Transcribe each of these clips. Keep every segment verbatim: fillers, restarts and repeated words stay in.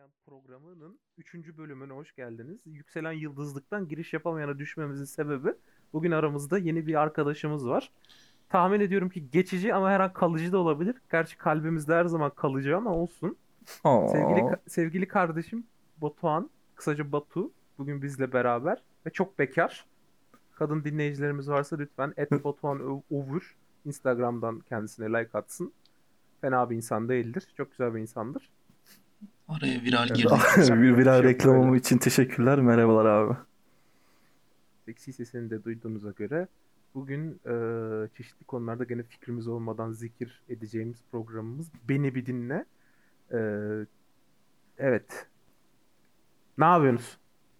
Yaşamayan programının üçüncü bölümüne hoş geldiniz. Yükselen yıldızlıktan giriş yapamayana düşmemizin sebebi bugün aramızda yeni bir arkadaşımız var. Tahmin ediyorum ki geçici ama her an kalıcı da olabilir. Gerçi kalbimizde her zaman kalıcı ama olsun. Sevgili Aa, sevgili kardeşim Batuhan, kısaca Batu bugün bizle beraber ve çok bekar. Kadın dinleyicilerimiz varsa lütfen et Batuhan Ovur Instagram'dan kendisine like atsın. Fena bir insan değildir. Çok güzel bir insandır. Araya viral Evet. girdik. bir viral Şey yok, reklamım öyle. için teşekkürler. Merhabalar abi. Seksi sesini de duyduğunuza göre bugün e, çeşitli konularda gene fikrimiz olmadan zikir edeceğimiz programımız Beni Bir Dinle. E, evet. Ne yapıyorsunuz?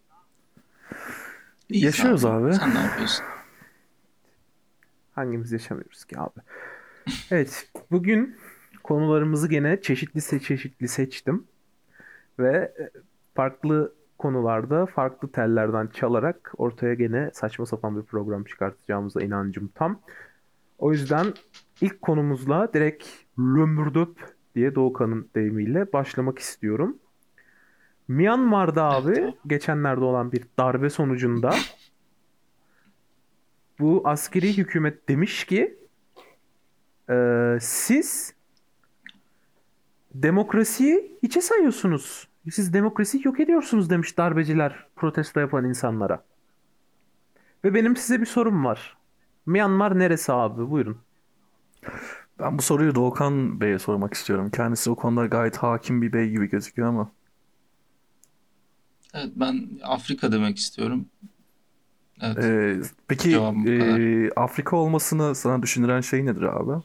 İyiyiz Yaşıyoruz abi. Sen ne yapıyorsun? Hangimiz yaşamıyoruz ki abi? Evet. Bugün konularımızı gene çeşitli se- çeşitli seçtim. Ve e, farklı konularda farklı tellerden çalarak ortaya gene saçma sapan bir program çıkartacağımıza inancım tam. O yüzden ilk konumuzla direkt lömbürdöp diye Doğukan'ın deyimiyle başlamak istiyorum. Myanmar'da abi Evet abi. geçenlerde olan bir darbe sonucunda bu askeri hükümet demiş ki e, siz demokrasiyi hiçe sayıyorsunuz. Siz demokrasiyi yok ediyorsunuz demiş darbeciler protesto yapan insanlara. Ve benim size bir sorum var. Myanmar neresi abi? Buyurun. Ben bu soruyu Doğukan Bey'e sormak istiyorum. Kendisi o konuda gayet hakim bir bey gibi gözüküyor ama. Evet, ben Afrika demek istiyorum. Evet, Ee, peki cevabım bu kadar. e, Afrika olmasını sana düşündüren şey nedir abi?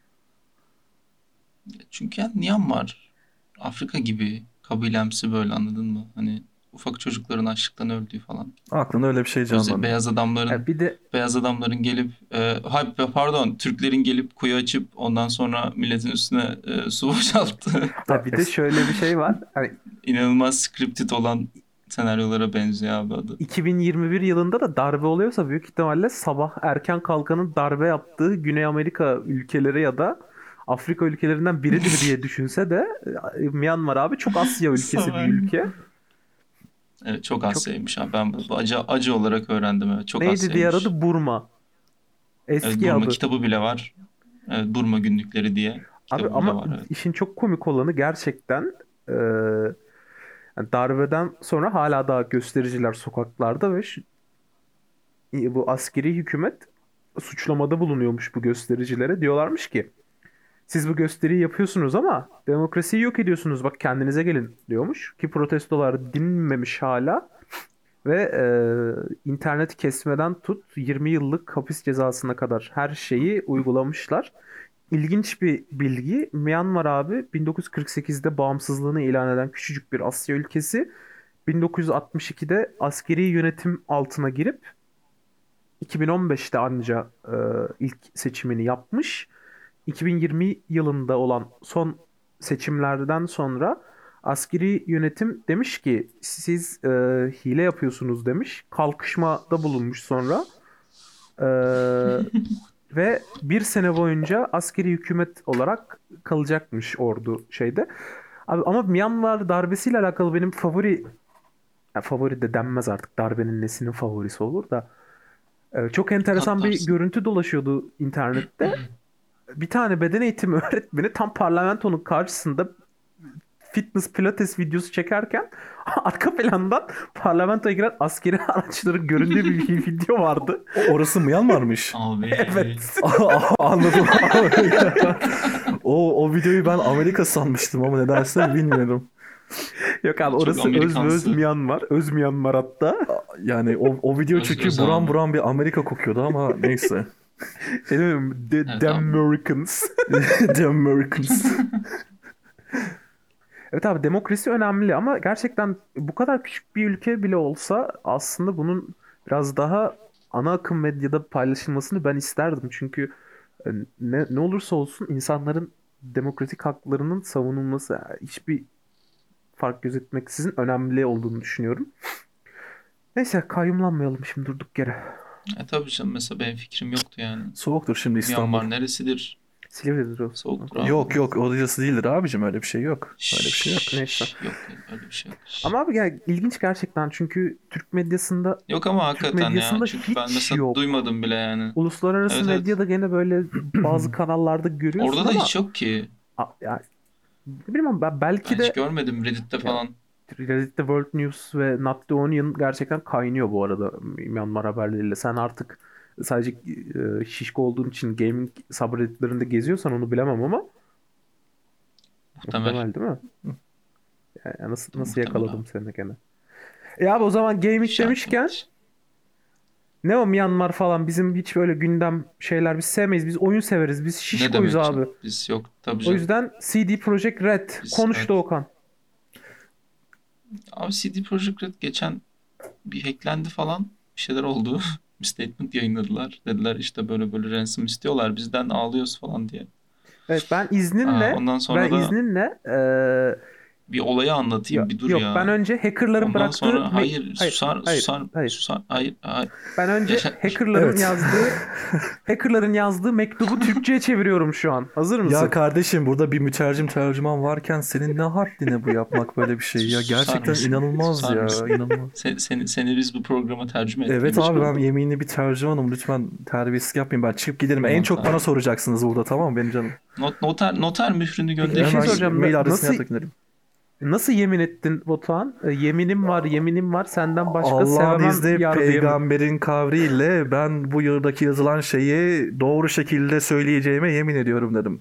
Çünkü yani Myanmar, Afrika gibi kabilemsi, böyle, anladın mı? Hani ufak çocukların açlıktan öldüğü falan. Aklında öyle bir şey Öze- canlanıyor. beyaz Ya adamların bir de beyaz adamların gelip e, hay- pardon Türklerin gelip kuyu açıp ondan sonra milletin üstüne e, su boşalttı. ha bir de şöyle bir şey var. Hani İnanılmaz scripted olan senaryolara benziyor abi adı. iki bin yirmi bir yılında da darbe oluyorsa büyük ihtimalle sabah erken kalkanın darbe yaptığı Güney Amerika ülkeleri ya da Afrika ülkelerinden biridir diye düşünse de e, Myanmar abi çok Asya ülkesi bir Sabah. ülke. Evet, çok Çok Asya'ymış ha. Ben bu bu acı acı olarak öğrendim. Evet, çok neydi diğer Asya'ymış. adı? Burma. Evet, Eski Burma adı. kitabı bile var. Evet, Burma günlükleri diye Abi kitabı bile ama var. Evet. işin çok komik olanı gerçekten e, yani darbeden sonra hala daha göstericiler sokaklarda ve şu- bu askeri hükümet suçlamada bulunuyormuş bu göstericilere. Diyorlarmış ki siz bu gösteriyi yapıyorsunuz ama demokrasiyi yok ediyorsunuz. Bak kendinize gelin diyormuş. Ki protestolar dinmemiş hala. Ve e, internet kesmeden tut yirmi yıllık hapis cezasına kadar her şeyi uygulamışlar. İlginç bir bilgi. Myanmar abi bin dokuz yüz kırk sekizde bağımsızlığını ilan eden küçücük bir Asya ülkesi. bin dokuz yüz altmış ikide askeri yönetim altına girip iki bin on beşte anca e, ilk seçimini yapmış. iki bin yirmi yılında olan son seçimlerden sonra askeri yönetim demiş ki siz e, hile yapıyorsunuz demiş. Kalkışmada bulunmuş sonra. E, ve bir sene boyunca askeri hükümet olarak kalacakmış ordu şeyde. Abi, ama Myanmar darbesiyle alakalı benim favori ya favori de denmez artık darbenin nesinin favorisi olur da e, çok enteresan bir Katlarsın. görüntü dolaşıyordu internette. Bir tane beden eğitimi öğretmeni tam parlamentonun karşısında fitness pilates videosu çekerken arka plandan parlamentoya giren askeri araçların göründüğü bir video vardı. O, orası Myanmar'mış. Abi. Evet. Anladım. o, o videoyu ben Amerika sanmıştım ama nedense bilmiyorum. Yok abi Çok orası öz ve öz Amerikansı. Myanmar. Öz Myanmar hatta. Yani o, o video Öz- çünkü öz buram abi. buram bir Amerika kokuyordu ama neyse. Şey değil mi? The, Evet The abi. Americans. The Americans. Evet abi demokrasi önemli ama gerçekten bu kadar küçük bir ülke bile olsa aslında bunun biraz daha ana akım medyada paylaşılmasını ben isterdim. Çünkü e, ne, ne olursa olsun insanların demokratik haklarının savunulması e, hiçbir fark gözetmeksizin önemli olduğunu düşünüyorum. Neyse kayyumlanmayalım şimdi durduk yere. E tabii canım, mesela benim fikrim yoktu yani. Soğuktur şimdi İstanbul. Myanmar neresidir? Silivri'dir o. Soğuktur abi. Yok yok odacısı değildir abicim, öyle bir şey yok. Öyle bir şey yok. Şşş, Neyse. Yok öyle bir şey yok. Ama abi yani ilginç gerçekten çünkü Türk medyasında Yok ama Türk hakikaten ya. medyasında Çünkü ben hiç mesela yok. duymadım bile yani. Uluslararası Evet evet. medyada gene böyle bazı kanallarda görüyorsun Orada da ama hiç yok ki. a- ya, ne bileyim ama ben Ben belki hiç de görmedim Reddit'te ya, falan. Reddit'te World News ve Not the Onion gerçekten kaynıyor bu arada Myanmar haberleriyle. Sen artık sadece e, şişko olduğun için gaming subredditlerinde geziyorsan onu bilemem ama Muhtemel. muhtemel değil mi? Ya, nasıl nasıl Muhtemel yakaladım abi. seni gene? E abi o zaman gaming Şarkı. demişken ne o Myanmar falan bizim hiç böyle gündem şeyler biz sevmeyiz. Biz oyun severiz. Biz Ne şişkoyuz demek abi. canım? Biz yok tabii O canım. yüzden C D Projekt Red Biz konuştu evet. Okan. Abi C D Projekt Red geçen bir hacklendi falan. Bir şeyler oldu. Bir statement yayınladılar. Dediler işte böyle böyle ransom istiyorlar. Bizden ağlıyoruz falan diye. Evet ben Aa, izninle ondan ben sonra da izninle eee, bir olayı anlatayım. yok, Bir dur yok ben ya. önce hackerların Ondan bıraktığı sonra me- hayır hayır susar hayır susar hayır susar hayır hayır. ben önce Yaşa... hackerların Evet. yazdığı hackerların yazdığı mektubu Türkçe'ye çeviriyorum şu an. Hazır Ya mısın? kardeşim, burada bir mütercim tercüman varken senin ne haddine bu yapmak böyle bir şey ya. Susar Gerçekten mısın? inanılmaz Susar ya, mısın? inanılmaz. Sen, seni, seni biz bu programa tercüme Evet ettiğimiz abi, ben oldu. yeminli bir tercümanım, lütfen terbiyesizlik yapmayın, ben çıkıp giderim. En Tamam çok bana tamam. soracaksınız burada, tamam mı benim canım? Not, noter, noter mührünü Peki bir gönderir şey Hemen misin? soracağım. mail Na- adresine Nasıl gönderirim. nasıl yemin ettin Batuhan? E, yeminim var, yeminim var. Senden başka Allah'ın sevemem izni yar diye mi? peygamberin kavriyle ben bu yıldaki yazılan şeyi doğru şekilde söyleyeceğime yemin ediyorum dedim.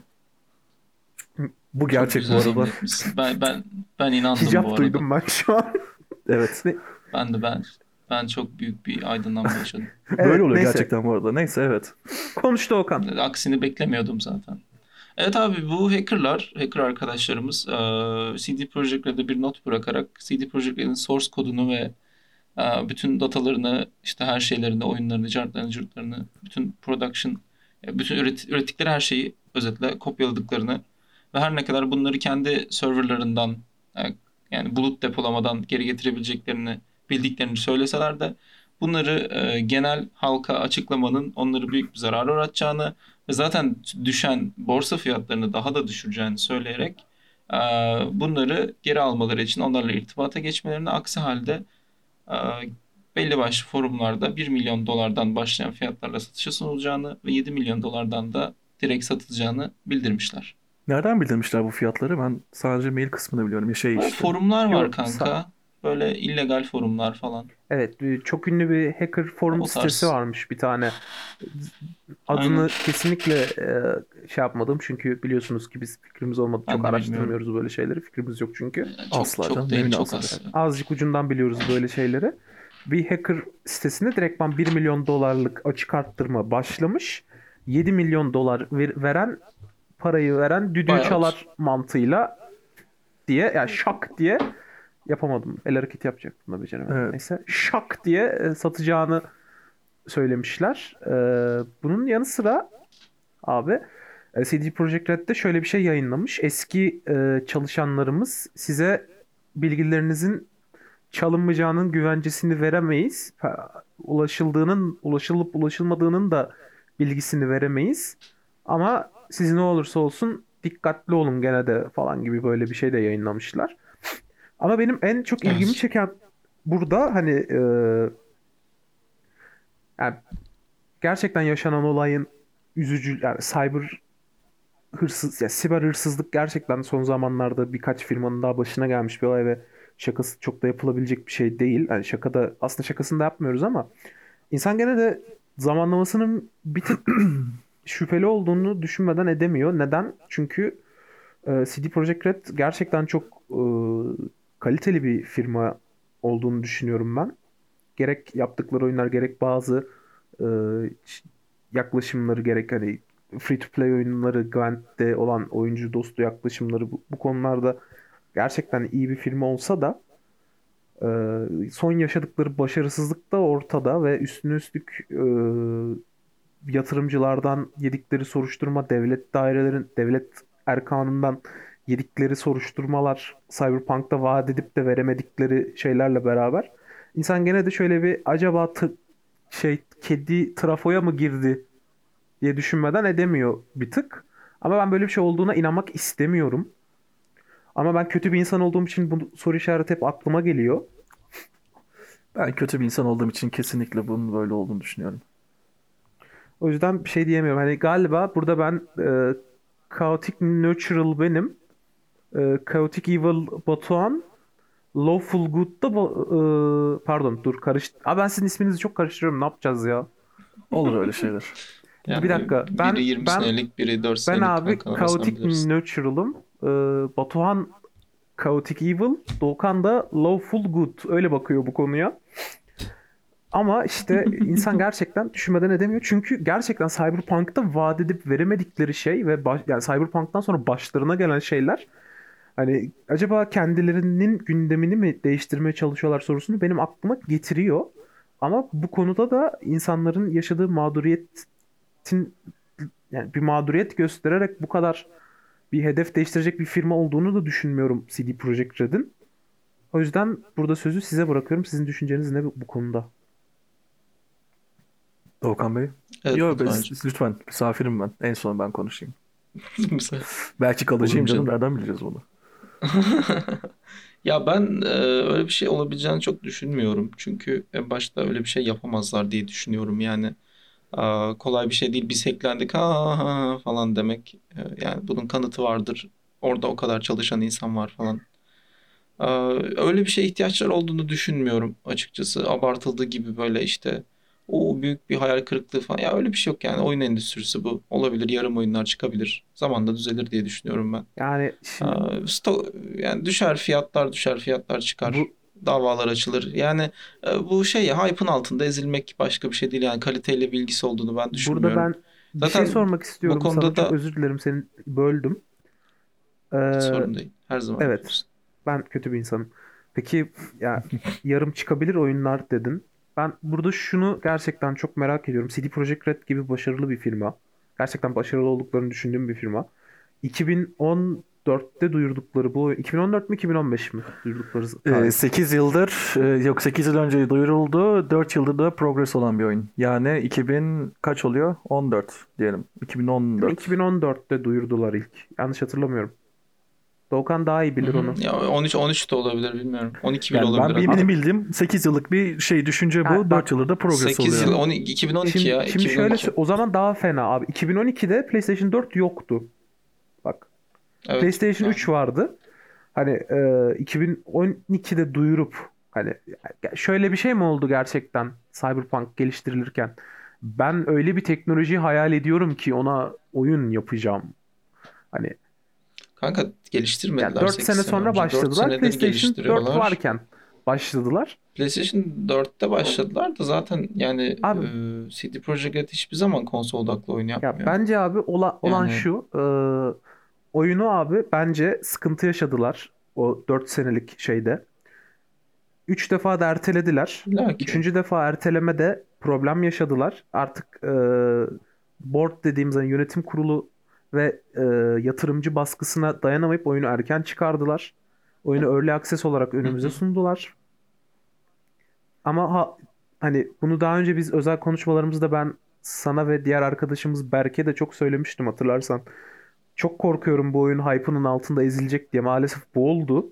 Bu Çok gerçek bu güzel yemin arada. etmişsin. Ben ben ben inandım bu Hicap arada. duydum ben şu an. Evet. Ne- Ben de ben ben çok büyük bir aydınlanma yaşadım. Böyle Evet oluyor neyse. gerçekten bu arada. Neyse, evet. Konuştu Okan. Aksini beklemiyordum zaten. Evet abi, bu hackerlar, hacker arkadaşlarımız eee, C D Projekt Red'e bir not bırakarak C D Projekt Red'in source kodunu ve eee, bütün datalarını, işte her şeylerini, oyunlarını, cartlarını, curtlarını, bütün production, e, bütün üret- ürettikleri her şeyi özetle kopyaladıklarını ve her ne kadar bunları kendi serverlarından, e, yani bulut depolamadan geri getirebileceklerini bildiklerini söyleseler de bunları e, genel halka açıklamanın onları büyük bir zarar uğratacağını ve zaten düşen borsa fiyatlarını daha da düşüreceğini söyleyerek e, bunları geri almaları için onlarla irtibata geçmelerini, aksi halde e, belli başlı forumlarda bir milyon dolardan başlayan fiyatlarla satışa sunulacağını ve yedi milyon dolardan da direkt satılacağını bildirmişler. Nereden bildirmişler bu fiyatları? Ben sadece mail kısmını biliyorum. Ya şey Böyle işte. forumlar var Yok, sa- kanka. Böyle illegal forumlar falan. Evet, bir- çok ünlü bir hacker forum O sitesi tarz. varmış bir tane. Adını Aynen. kesinlikle e, şey yapmadım çünkü biliyorsunuz ki biz fikrimiz olmadı Ben çok de araştırmıyoruz böyle şeyleri. Fikrimiz yok çünkü. Yani çok Asla çok canım. değil, Neyin çok asla. az. Azıcık ucundan biliyoruz böyle şeyleri. Bir hacker sitesinde direktman bir milyon dolarlık açık arttırma başlamış. yedi milyon dolar ver- veren parayı veren düdüğü Buyout. çalar mantığıyla diye yani şak diye yapamadım. El hareketi yapacaktım da beceremedim. Evet. Neyse şak diye e, satacağını söylemişler. E, bunun yanı sıra abi e, C D Projekt Red'de şöyle bir şey yayınlamış. Eski e, çalışanlarımız size bilgilerinizin çalınmayacağının güvencesini veremeyiz. Ha, Ulaşıldığının, ulaşılıp ulaşılmadığının da bilgisini veremeyiz. Ama siz ne olursa olsun dikkatli olun gene de falan gibi böyle bir şey de yayınlamışlar. Ama benim en çok ilgimi Evet. çeken burada hani e, yani gerçekten yaşanan olayın üzücü yani cyber hırsız ya siber hırsızlık gerçekten son zamanlarda birkaç firmanın daha başına gelmiş bir olay ve şakası çok da yapılabilecek bir şey değil. Yani şakada aslında şakasını da yapmıyoruz ama insan gene de zamanlamasının bir tık şüpheli olduğunu düşünmeden edemiyor. Neden? Çünkü e, C D Projekt Red gerçekten çok e, kaliteli bir firma olduğunu düşünüyorum ben. Gerek yaptıkları oyunlar gerek bazı e, yaklaşımları gerek hani free to play oyunları Gwent'te olan oyuncu dostu yaklaşımları bu, bu konularda gerçekten iyi bir firma olsa da e, son yaşadıkları başarısızlık da ortada ve üstüne üstlük e, yatırımcılardan yedikleri soruşturma, devlet dairelerin, devlet erkanından yedikleri soruşturmalar, Cyberpunk'ta vaat edip de veremedikleri şeylerle beraber insan gene de şöyle bir acaba tı- şey kedi trafoya mı girdi diye düşünmeden edemiyor bir tık. Ama ben böyle bir şey olduğuna inanmak istemiyorum. Ama ben kötü bir insan olduğum için bu soru işareti hep aklıma geliyor. Ben kötü bir insan olduğum için kesinlikle bunun böyle olduğunu düşünüyorum. O yüzden bir şey diyemiyorum. Hani galiba burada ben e, chaotic neutral benim. E, chaotic evil Batuhan. Lawful Good'da ba- e, pardon dur karıştı. Aa, ben sizin isminizi çok karıştırıyorum. Ne yapacağız ya? Olur öyle şeyler. Bir Yani dakika. biri Ben yirmi ben senelik, biri dört ben senelik abi kankalar chaotic sen bilirsin. neutral'ım. E, Batuhan chaotic evil. Doğukan da lawful good. Öyle bakıyor bu konuya. Ama işte insan gerçekten düşünmeden edemiyor. Çünkü gerçekten Cyberpunk'ta vaat edip veremedikleri şey ve baş, yani Cyberpunk'tan sonra başlarına gelen şeyler hani acaba kendilerinin gündemini mi değiştirmeye çalışıyorlar sorusunu benim aklıma getiriyor. Ama bu konuda da insanların yaşadığı mağduriyetin yani bir mağduriyet göstererek bu kadar bir hedef değiştirecek bir firma olduğunu da düşünmüyorum C D Projekt Red'in. O yüzden burada sözü size bırakıyorum. Sizin düşünceniz ne bu bu konuda? Doğukan Bey. Evet Yok Batuhan'cığım. lütfen, misafirim ben. En son ben konuşayım. Mesela. Belki Olur kalıcıyım mu canım. canım? Nereden bileceğiz bunu? Ya ben e, öyle bir şey olabileceğini çok düşünmüyorum. Çünkü en başta öyle bir şey yapamazlar diye düşünüyorum. Yani aa, kolay bir şey değil. Biz hacklendik ha, ha, ha falan demek. E, yani bunun kanıtı vardır. Orada o kadar çalışan insan var falan. Aa, öyle bir şeye ihtiyaçları olduğunu düşünmüyorum açıkçası. Abartıldığı gibi böyle işte o büyük bir hayal kırıklığı falan. Ya öyle bir şey yok yani. Oyun endüstrisi bu. Olabilir. Yarım oyunlar çıkabilir. Zamanla düzelir diye düşünüyorum ben. Yani şimdi Aa, sto- yani düşer fiyatlar düşer fiyatlar çıkar. bu Davalar açılır. Yani e, bu şey ya hype'ın altında ezilmek başka bir şey değil. Yani kaliteyle bilgisi olduğunu ben burada düşünmüyorum. ben bir şey Zaten sormak bu istiyorum sana. konuda Çok da özür dilerim seni böldüm. hiç Ee, sorun değil. Her zaman evet. yapıyorsun. Ben kötü bir insanım. Peki ya yarım çıkabilir oyunlar dedin. Ben burada şunu gerçekten çok merak ediyorum. C D Projekt Red gibi başarılı bir firma. Gerçekten başarılı olduklarını düşündüğüm bir firma. iki bin on dörtte duyurdukları bu oyun. iki bin on dört mü iki bin on beş mi duyurdukları Ee, tarih? sekiz yıldır, e, yok sekiz yıl önce duyuruldu. dört yıldır da progress olan bir oyun. Yani iki bin kaç oluyor? on dört diyelim. Değil mi? iki bin on dört. iki bin on dörtte duyurdular ilk. Yanlış hatırlamıyorum. Doğukan daha iyi Hı bilir hı. onu. Ya on üç on üç de olabilir bilmiyorum. on iki bile Yani olabilir ben hatta. benim bildiğim sekiz yıllık bir şey düşünce Ha, bu. dört bak yıldır da progress sekiz yıl oluyor. on iki iki bin on iki şimdi ya şimdi şöyle iki bin on iki. sö- o zaman daha fena abi. iki bin on ikide PlayStation dört yoktu. Bak. Evet. PlayStation Aynen. üç vardı. Hani e, iki bin on ikide duyurup hani ya şöyle bir şey mi oldu gerçekten Cyberpunk geliştirilirken? Ben öyle bir teknolojiyi hayal ediyorum ki ona oyun yapacağım. Hani Kanka yani geliştirmediler dört sekiz sene sene sonra önce. Dört başladılar. senedir PlayStation dört geliştiriyorlar. varken başladılar. PlayStation dörtte başladılar da zaten yani Abi e, C D Projekt Red hiçbir zaman konsol odaklı oyun ya yapmıyor. bence abi ola- olan Yani şu e, oyunu abi bence sıkıntı yaşadılar o dört senelik şeyde. Üç defa da ertelediler. illa ki. Üçüncü defa ertelemede problem yaşadılar. Artık e, board dediğimiz hani yönetim kurulu ve e, yatırımcı baskısına dayanamayıp oyunu erken çıkardılar. Oyunu Early Access olarak Hı önümüze hı. sundular. Ama ha, hani bunu daha önce biz özel konuşmalarımızda ben sana ve diğer arkadaşımız Berke de çok söylemiştim hatırlarsan. Çok korkuyorum bu oyun hype'ının altında ezilecek diye. Maalesef bu oldu.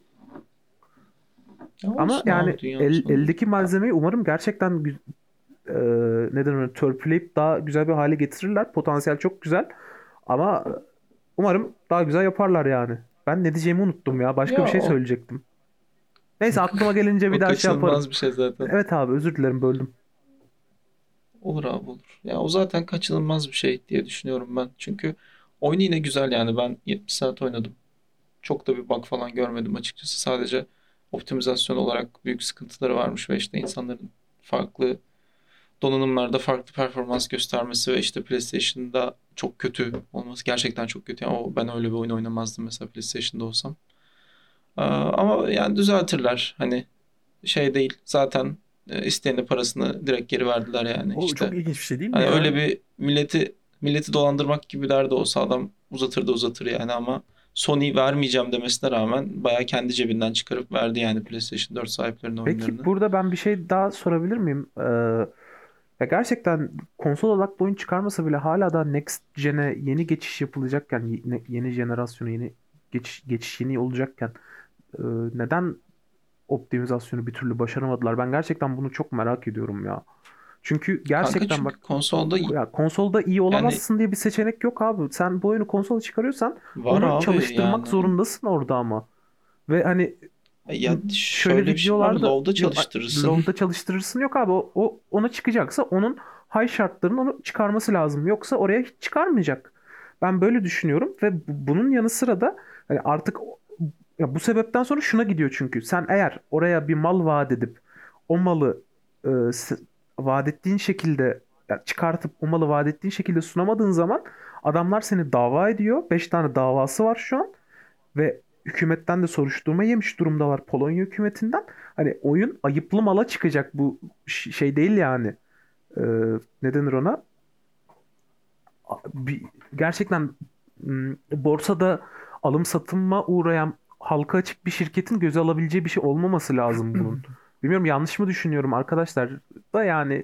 Ya Ama olsun yani abi dünyanın el- sonu değil. eldeki malzemeyi umarım gerçekten gü- e, neden öyle törpüleyip daha güzel bir hale getirirler. Potansiyel çok güzel. Ama umarım daha güzel yaparlar yani. Ben ne diyeceğimi unuttum ya. Başka Ya bir şey o, söyleyecektim. Neyse aklıma gelince bir o daha şey yaparım. kaçınılmaz bir şey zaten. Evet abi özür dilerim böldüm. Olur abi olur. Ya o zaten kaçınılmaz bir şey diye düşünüyorum ben. Çünkü oyun yine güzel yani ben yetmiş saat oynadım. Çok da bir bug falan görmedim açıkçası. Sadece optimizasyon olarak büyük sıkıntıları varmış ve işte insanların farklı donanımlarda farklı performans göstermesi ve işte PlayStation'da çok kötü olması gerçekten çok kötü. Yani o, ben öyle bir oyun oynamazdım mesela PlayStation'da olsam. Aa, ama yani düzeltirler. Hani şey değil. Zaten e, isteyene parasını direkt geri verdiler yani O çok işte. ilginç bir şey değil mi Hani ya? öyle bir milleti milleti dolandırmak gibi derdi olsa adam uzatır da uzatır yani ama Sony vermeyeceğim demesine rağmen bayağı kendi cebinden çıkarıp verdi yani PlayStation dört sahiplerine Peki oyunlarını. burada ben bir şey daha sorabilir miyim? Ee, Ya gerçekten konsol odaklı oyun çıkarmasa bile hala da next gen'e yeni geçiş yapılacakken, yeni, yeni jenerasyona yeni geçiş, geçiş yeni olacakken e, neden optimizasyonu bir türlü başaramadılar? Ben gerçekten bunu çok merak ediyorum ya. Çünkü Kanka gerçekten bak, çünkü konsolda ya konsolda iyi yani olamazsın diye bir seçenek yok abi. Sen bu oyunu konsola çıkarıyorsan var onu abi çalıştırmak yani. zorundasın orada ama. Ve hani Ya şöyle şöyle bir şey var. videolarda LoW'da yok, çalıştırırsın. LoL'da çalıştırırsın, yok abi, o, o ona çıkacaksa onun high şartlarının onu çıkarması lazım. Yoksa oraya hiç çıkarmayacak. Ben böyle düşünüyorum ve bu- bunun yanı sıra da hani artık o- ya bu sebepten sonra şuna gidiyor çünkü. Sen eğer oraya bir mal vaat edip o malı e, s- vaat ettiğin şekilde ya çıkartıp o malı vaat ettiğin şekilde sunamadığın zaman adamlar seni dava ediyor. Beş tane davası var şu an. Ve hükümetten de soruşturma yemiş durumdalar, Polonya hükümetinden. Hani oyun ayıplı mala çıkacak, bu ş- şey değil yani. Ee, ne denir ona? A- Bir, gerçekten m, borsada alım satımma uğrayan halka açık bir şirketin göze alabileceği bir şey olmaması lazım bunun. Bilmiyorum, yanlış mı düşünüyorum arkadaşlar da yani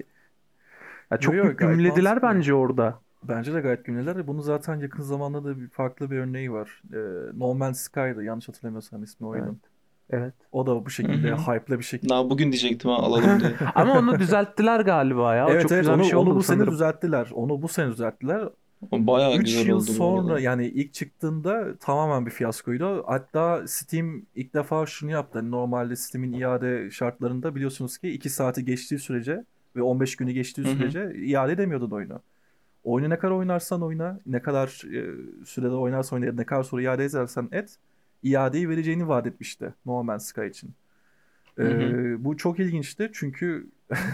ya Yo çok yo büyük gayet gümlediler mantıklı. bence orada. Bence de gayet gümleler. Bunu zaten yakın zamanda da bir farklı bir örneği var. Ee, No Man's Sky'dı yanlış hatırlamıyorsam ismi Evet. oyunun. Evet. O da bu Hı şekilde hı. hype'la bir şekilde. Daha bugün diyecektim ha alalım diye. Ama onu düzelttiler galiba ya. O Evet çok evet güzel bir onu şey onu oldu bu sene sanırım. düzelttiler. Onu bu sene düzelttiler. O bayağı Üç güzel yıl oldu bu sonra arada. yani ilk çıktığında tamamen bir fiyaskoydu. Hatta Steam ilk defa şunu yaptı. Hani normalde Steam'in iade şartlarında biliyorsunuz ki iki saati geçtiği sürece ve on beş günü geçtiği Hı hı. sürece iade edemiyordun oyunu. Oyunu ne kadar oynarsan oyna, ne kadar e, sürede oynarsan oyna, ne kadar sonra iade edersen et, iadeyi vereceğini vaat etmişti No Man's Sky için. Hı hı. Ee, bu çok ilginçti çünkü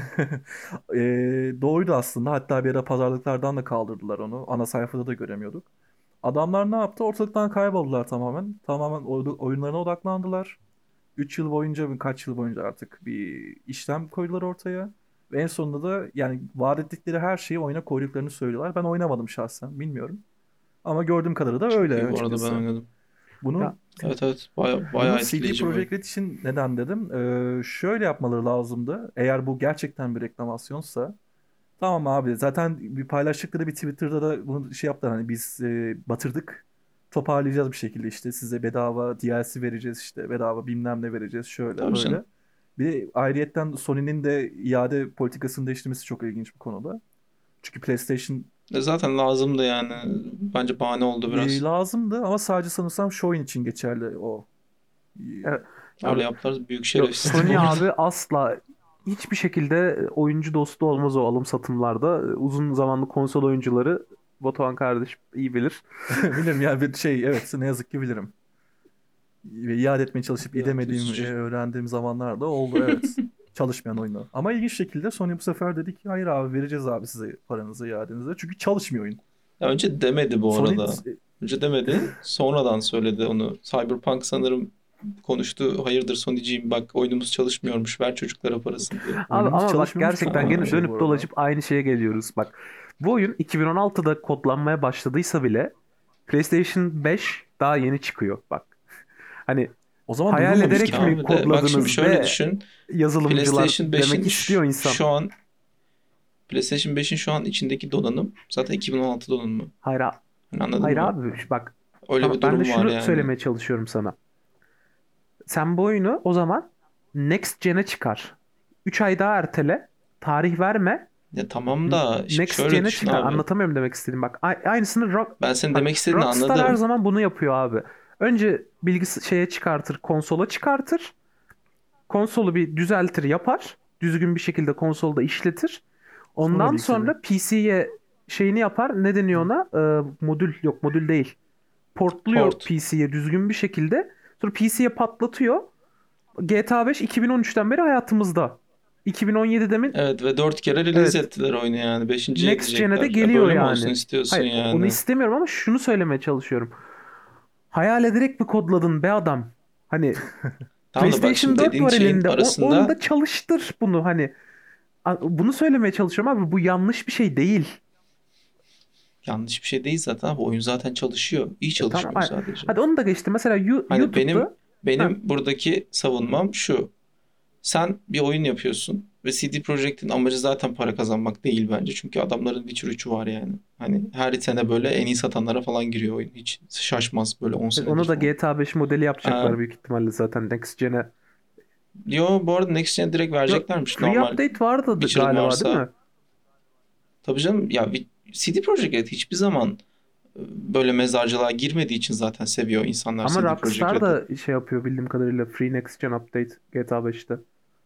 e, doğruydu aslında. Hatta bir ara pazarlıklardan da kaldırdılar onu. Ana sayfada da göremiyorduk. Adamlar ne yaptı? Ortalıktan kayboldular tamamen. Tamamen oy- oyunlarına odaklandılar. Üç yıl boyunca, kaç yıl boyunca artık bir işlem koydular ortaya. Ve en sonunda da yani vaat ettikleri her şeyi oyuna koyduklarını söylüyorlar. Ben oynamadım şahsen, bilmiyorum. Ama gördüğüm kadarıyla da Çok öyle iyi bu arada, ben açıkçası. oynadım. Ya Bunu Evet evet, baya, bunu bayağı C D etkileyici bir oyun. Projekt Red için neden dedim? Ee, şöyle yapmaları lazımdı. Eğer bu gerçekten bir reklamasyonsa, tamam abi, zaten bir paylaştıkları bir Twitter'da da bunu şey yaptılar, hani biz e, batırdık, toparlayacağız bir şekilde, işte size bedava D L C vereceğiz, işte bedava bilmem ne vereceğiz, şöyle Tabii böyle. canım. Bir de ayrıyetten Sony'nin de iade politikasını değiştirmesi çok ilginç bir konuda. Çünkü PlayStation E zaten lazım da yani. Bence bahane oldu e, biraz. lazımdı ama sadece sanırsam şu oyun için geçerli o. E, evet. Öyle Abi, yaptılar. Büyük yok, şerefsizlik Sony orada. abi asla hiçbir şekilde oyuncu dostu olmaz o alım satımlarda. Uzun zamanlı konsol oyuncuları Batuhan kardeş iyi bilir. Bilirim yani bir şey, evet, ne yazık ki bilirim. Ve iade etmeye çalışıp Evet, edemediğim, e, üzücü. öğrendiğim zamanlar da oldu, evet. Çalışmayan oyunu. Ama ilginç şekilde Sony bu sefer dedi ki hayır abi, vereceğiz abi size paranızı, iadenizi. Çünkü çalışmıyor oyun. Ya önce demedi bu Sony arada. Önce demedi. Sonradan söyledi onu. Cyberpunk sanırım konuştu. Hayırdır Sony'ciğim, bak oyunumuz çalışmıyormuş. Ver çocuklara parasını diye. Abi oyunumuz ama bak, çalışmıyormuş çok gerçekten komik bir gene şey bu dönüp arada. dolaşıp aynı şeye geliyoruz. Bak, bu oyun iki bin on altıda kodlanmaya başladıysa bile PlayStation beş daha yeni çıkıyor bak. Hani O zaman hayal duyurulmamış Peki ederek ki. mi abi de bak şimdi kodladınız şöyle be düşün. yazılımcılar PlayStation demek beşin ş- istiyor insan. şu an PlayStation beşin şu an içindeki donanım zaten iki bin on altı donanımı. Hayır, a- Hani anladın hayır mı? abi, bak, Öyle tamam, bir ben de durum var şunu yani. söylemeye çalışıyorum sana. Sen bu oyunu o zaman Next Gen'e çıkar. üç ay daha ertele. Tarih verme. Ya tamam N- da ş- Next şöyle Gen'e düşün çıkar. abi. Anlatamıyorum demek istediğim. Bak, a- aynısını Rock, Ben senin bak, demek istediğini Rockstar her anladım. zaman bunu yapıyor abi. Önce bilgisi şeye çıkartır, konsola çıkartır. Konsolu bir düzeltir, yapar. Düzgün bir şekilde konsolda işletir. Sonra Ondan bilgisayarı. sonra P C'ye şeyini yapar. Ne deniyor ona? Ee, modül yok, modül değil. Portluyor Port. P C'ye düzgün bir şekilde. Sonra P C'ye patlatıyor. G T A beş iki bin on üçten beri hayatımızda. iki bin on yedide mi? Evet ve dört kere release Evet. ettiler oyunu yani. Beşinciye Next Gen'e de gidecekler. Ya geliyor böyle mi olsun yani. istiyorsun Hayır, onu yani? istemiyorum ama şunu söylemeye çalışıyorum. Hayal ederek mi kodladın be adam? Hani Tamam da bak PlayStation şimdi dört dediğin var şeyin elinde. O, arasında onda çalıştır bunu hani. A- Bunu söylemeye çalışıyorum abi. Bu yanlış bir şey değil. yanlış bir şey değil zaten abi. Oyun zaten çalışıyor. İyi E, tamam. çalışmıyor Ay- sadece. Hadi onu da geçti. Mesela Yu- Hani benim YouTube'da ha, benim buradaki savunmam şu. Sen bir oyun yapıyorsun. Ve C D Projekt'in amacı zaten para kazanmak değil bence. Çünkü adamların Witcher üçü var yani. Hani her sene böyle en iyi satanlara falan giriyor oyun. Hiç şaşmaz böyle on Evet, senedir onu da falan. G T A beş modeli Aa, yapacaklar büyük ihtimalle zaten Next Gen'e. yo bu arada Next Gen'e direkt Yo, vereceklermiş. free Normal update vardı d- Witcher'ın galiba değil varsa. mi? Tabii canım ya Wi- C D Projekt Red hiçbir zaman e, böyle mezarcılığa girmediği için zaten seviyor insanlar Ama C D Projekt Rockstar Red'i. da şey yapıyor bildiğim kadarıyla free Next Gen update G T A beşte.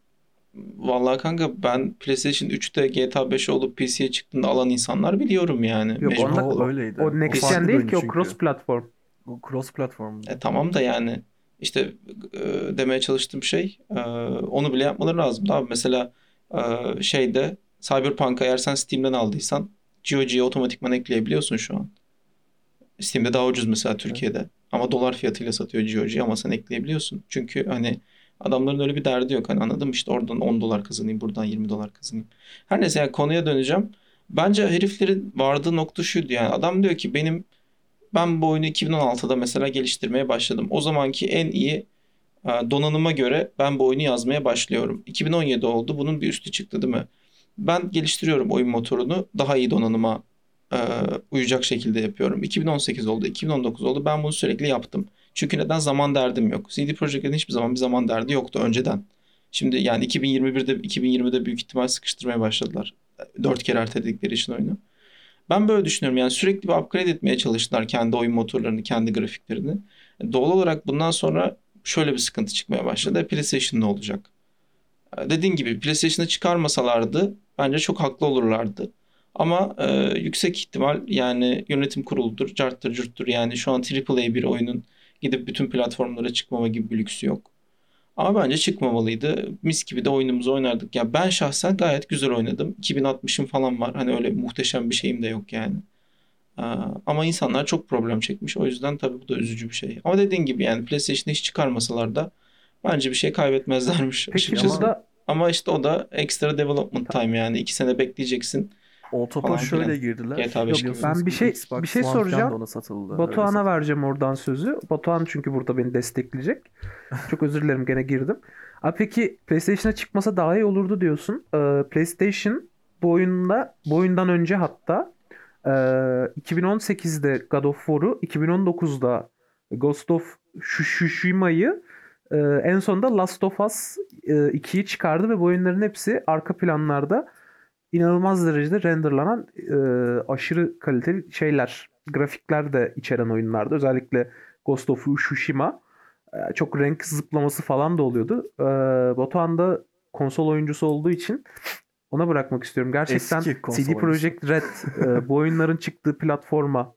Vallahi kanka ben PlayStation üçte G T A beş olup P C'ye çıktığında alan insanlar biliyorum yani Yok onda mecbur. O o, öyleydi. o O Next Gen farklı bir değil oyun ki, o cross çünkü. platform. O cross platformdu. E tamam da yani işte e, demeye çalıştığım şey e, onu bile yapmaları lazım. Abi mesela e, şeyde Cyberpunk'ı eğer sen Steam'den aldıysan G O G'ye otomatikman ekleyebiliyorsun şu an. Steam'de daha ucuz mesela Evet. Türkiye'de. Ama dolar fiyatıyla satıyor G O G ama sen ekleyebiliyorsun. Çünkü hani adamların öyle bir derdi yok. Hani anladım işte oradan on dolar kazanayım, buradan yirmi dolar kazanayım. Her neyse yani konuya döneceğim. Bence heriflerin vardığı nokta şuydu yani. Adam diyor ki benim ben bu oyunu iki bin on altıda mesela geliştirmeye başladım. O zamanki en iyi e, donanıma göre ben bu oyunu yazmaya başlıyorum. iki bin on yedi oldu. Bunun bir üstü çıktı değil mi? Ben geliştiriyorum oyun motorunu. Daha iyi donanıma e, uyacak şekilde yapıyorum. iki bin on sekiz oldu, iki bin on dokuz oldu. Ben bunu sürekli yaptım. Çünkü neden? Zaman derdim yok. C D Projekt'in hiçbir zaman bir zaman derdi yoktu önceden. Şimdi yani iki bin yirmi birde, iki bin yirmide büyük ihtimal sıkıştırmaya başladılar. Dört kere erteledikleri için oyunu. Ben böyle düşünüyorum. Yani sürekli bir upgrade etmeye çalıştılar kendi oyun motorlarını, kendi grafiklerini. Doğal olarak bundan sonra şöyle bir sıkıntı çıkmaya başladı. PlayStation ne olacak? Dediğin gibi PlayStation'ı çıkarmasalardı bence çok haklı olurlardı. Ama e, yüksek ihtimal yani yönetim kuruludur, carttır, curttur. Yani şu an A A A bir oyunun gidip bütün platformlara çıkmama gibi bir lüksü yok. Ama bence çıkmamalıydı. Mis gibi de oyunumuzu oynardık. Ya ben şahsen gayet güzel oynadım. iki bin altmışım falan var. Hani öyle muhteşem bir şeyim de yok yani. Aa, ama insanlar çok problem çekmiş. O yüzden tabii bu da üzücü bir şey. Ama dediğin gibi yani PlayStation'ı hiç çıkarmasalar da bence bir şey kaybetmezlermiş Peki açıkçası. Ama burada Ama işte o da extra development ta- time yani. iki sene bekleyeceksin o topa falan filan. şöyle girdiler. G T A beş yok, gibi. Biliyorsunuz ben bir ki şey bir Xbox şey One falan da soracağım. ona satıldı. Öyle Batuhan'a satıldı. vereceğim oradan sözü. Batuhan çünkü burada beni destekleyecek. Çok özür dilerim, gene girdim. Abi peki PlayStation'a çıkmasa daha iyi olurdu diyorsun. Ee, PlayStation bu oyunda bu oyundan önce hatta ee, iki bin on sekizde God of War'u, iki bin on dokuzda Ghost of Tsushima'yı, ee, en sonunda Last of Us e, ikiyi çıkardı ve bu oyunların hepsi arka planlarda inanılmaz derecede renderlanan e, aşırı kaliteli şeyler, grafikler de içeren oyunlardı. Özellikle Ghost of Tsushima e, çok renk zıplaması falan da oluyordu. E, Batuhan da konsol oyuncusu olduğu için ona bırakmak istiyorum. Gerçekten Eski konsol C D oyuncusu. Projekt Red e, bu oyunların çıktığı platforma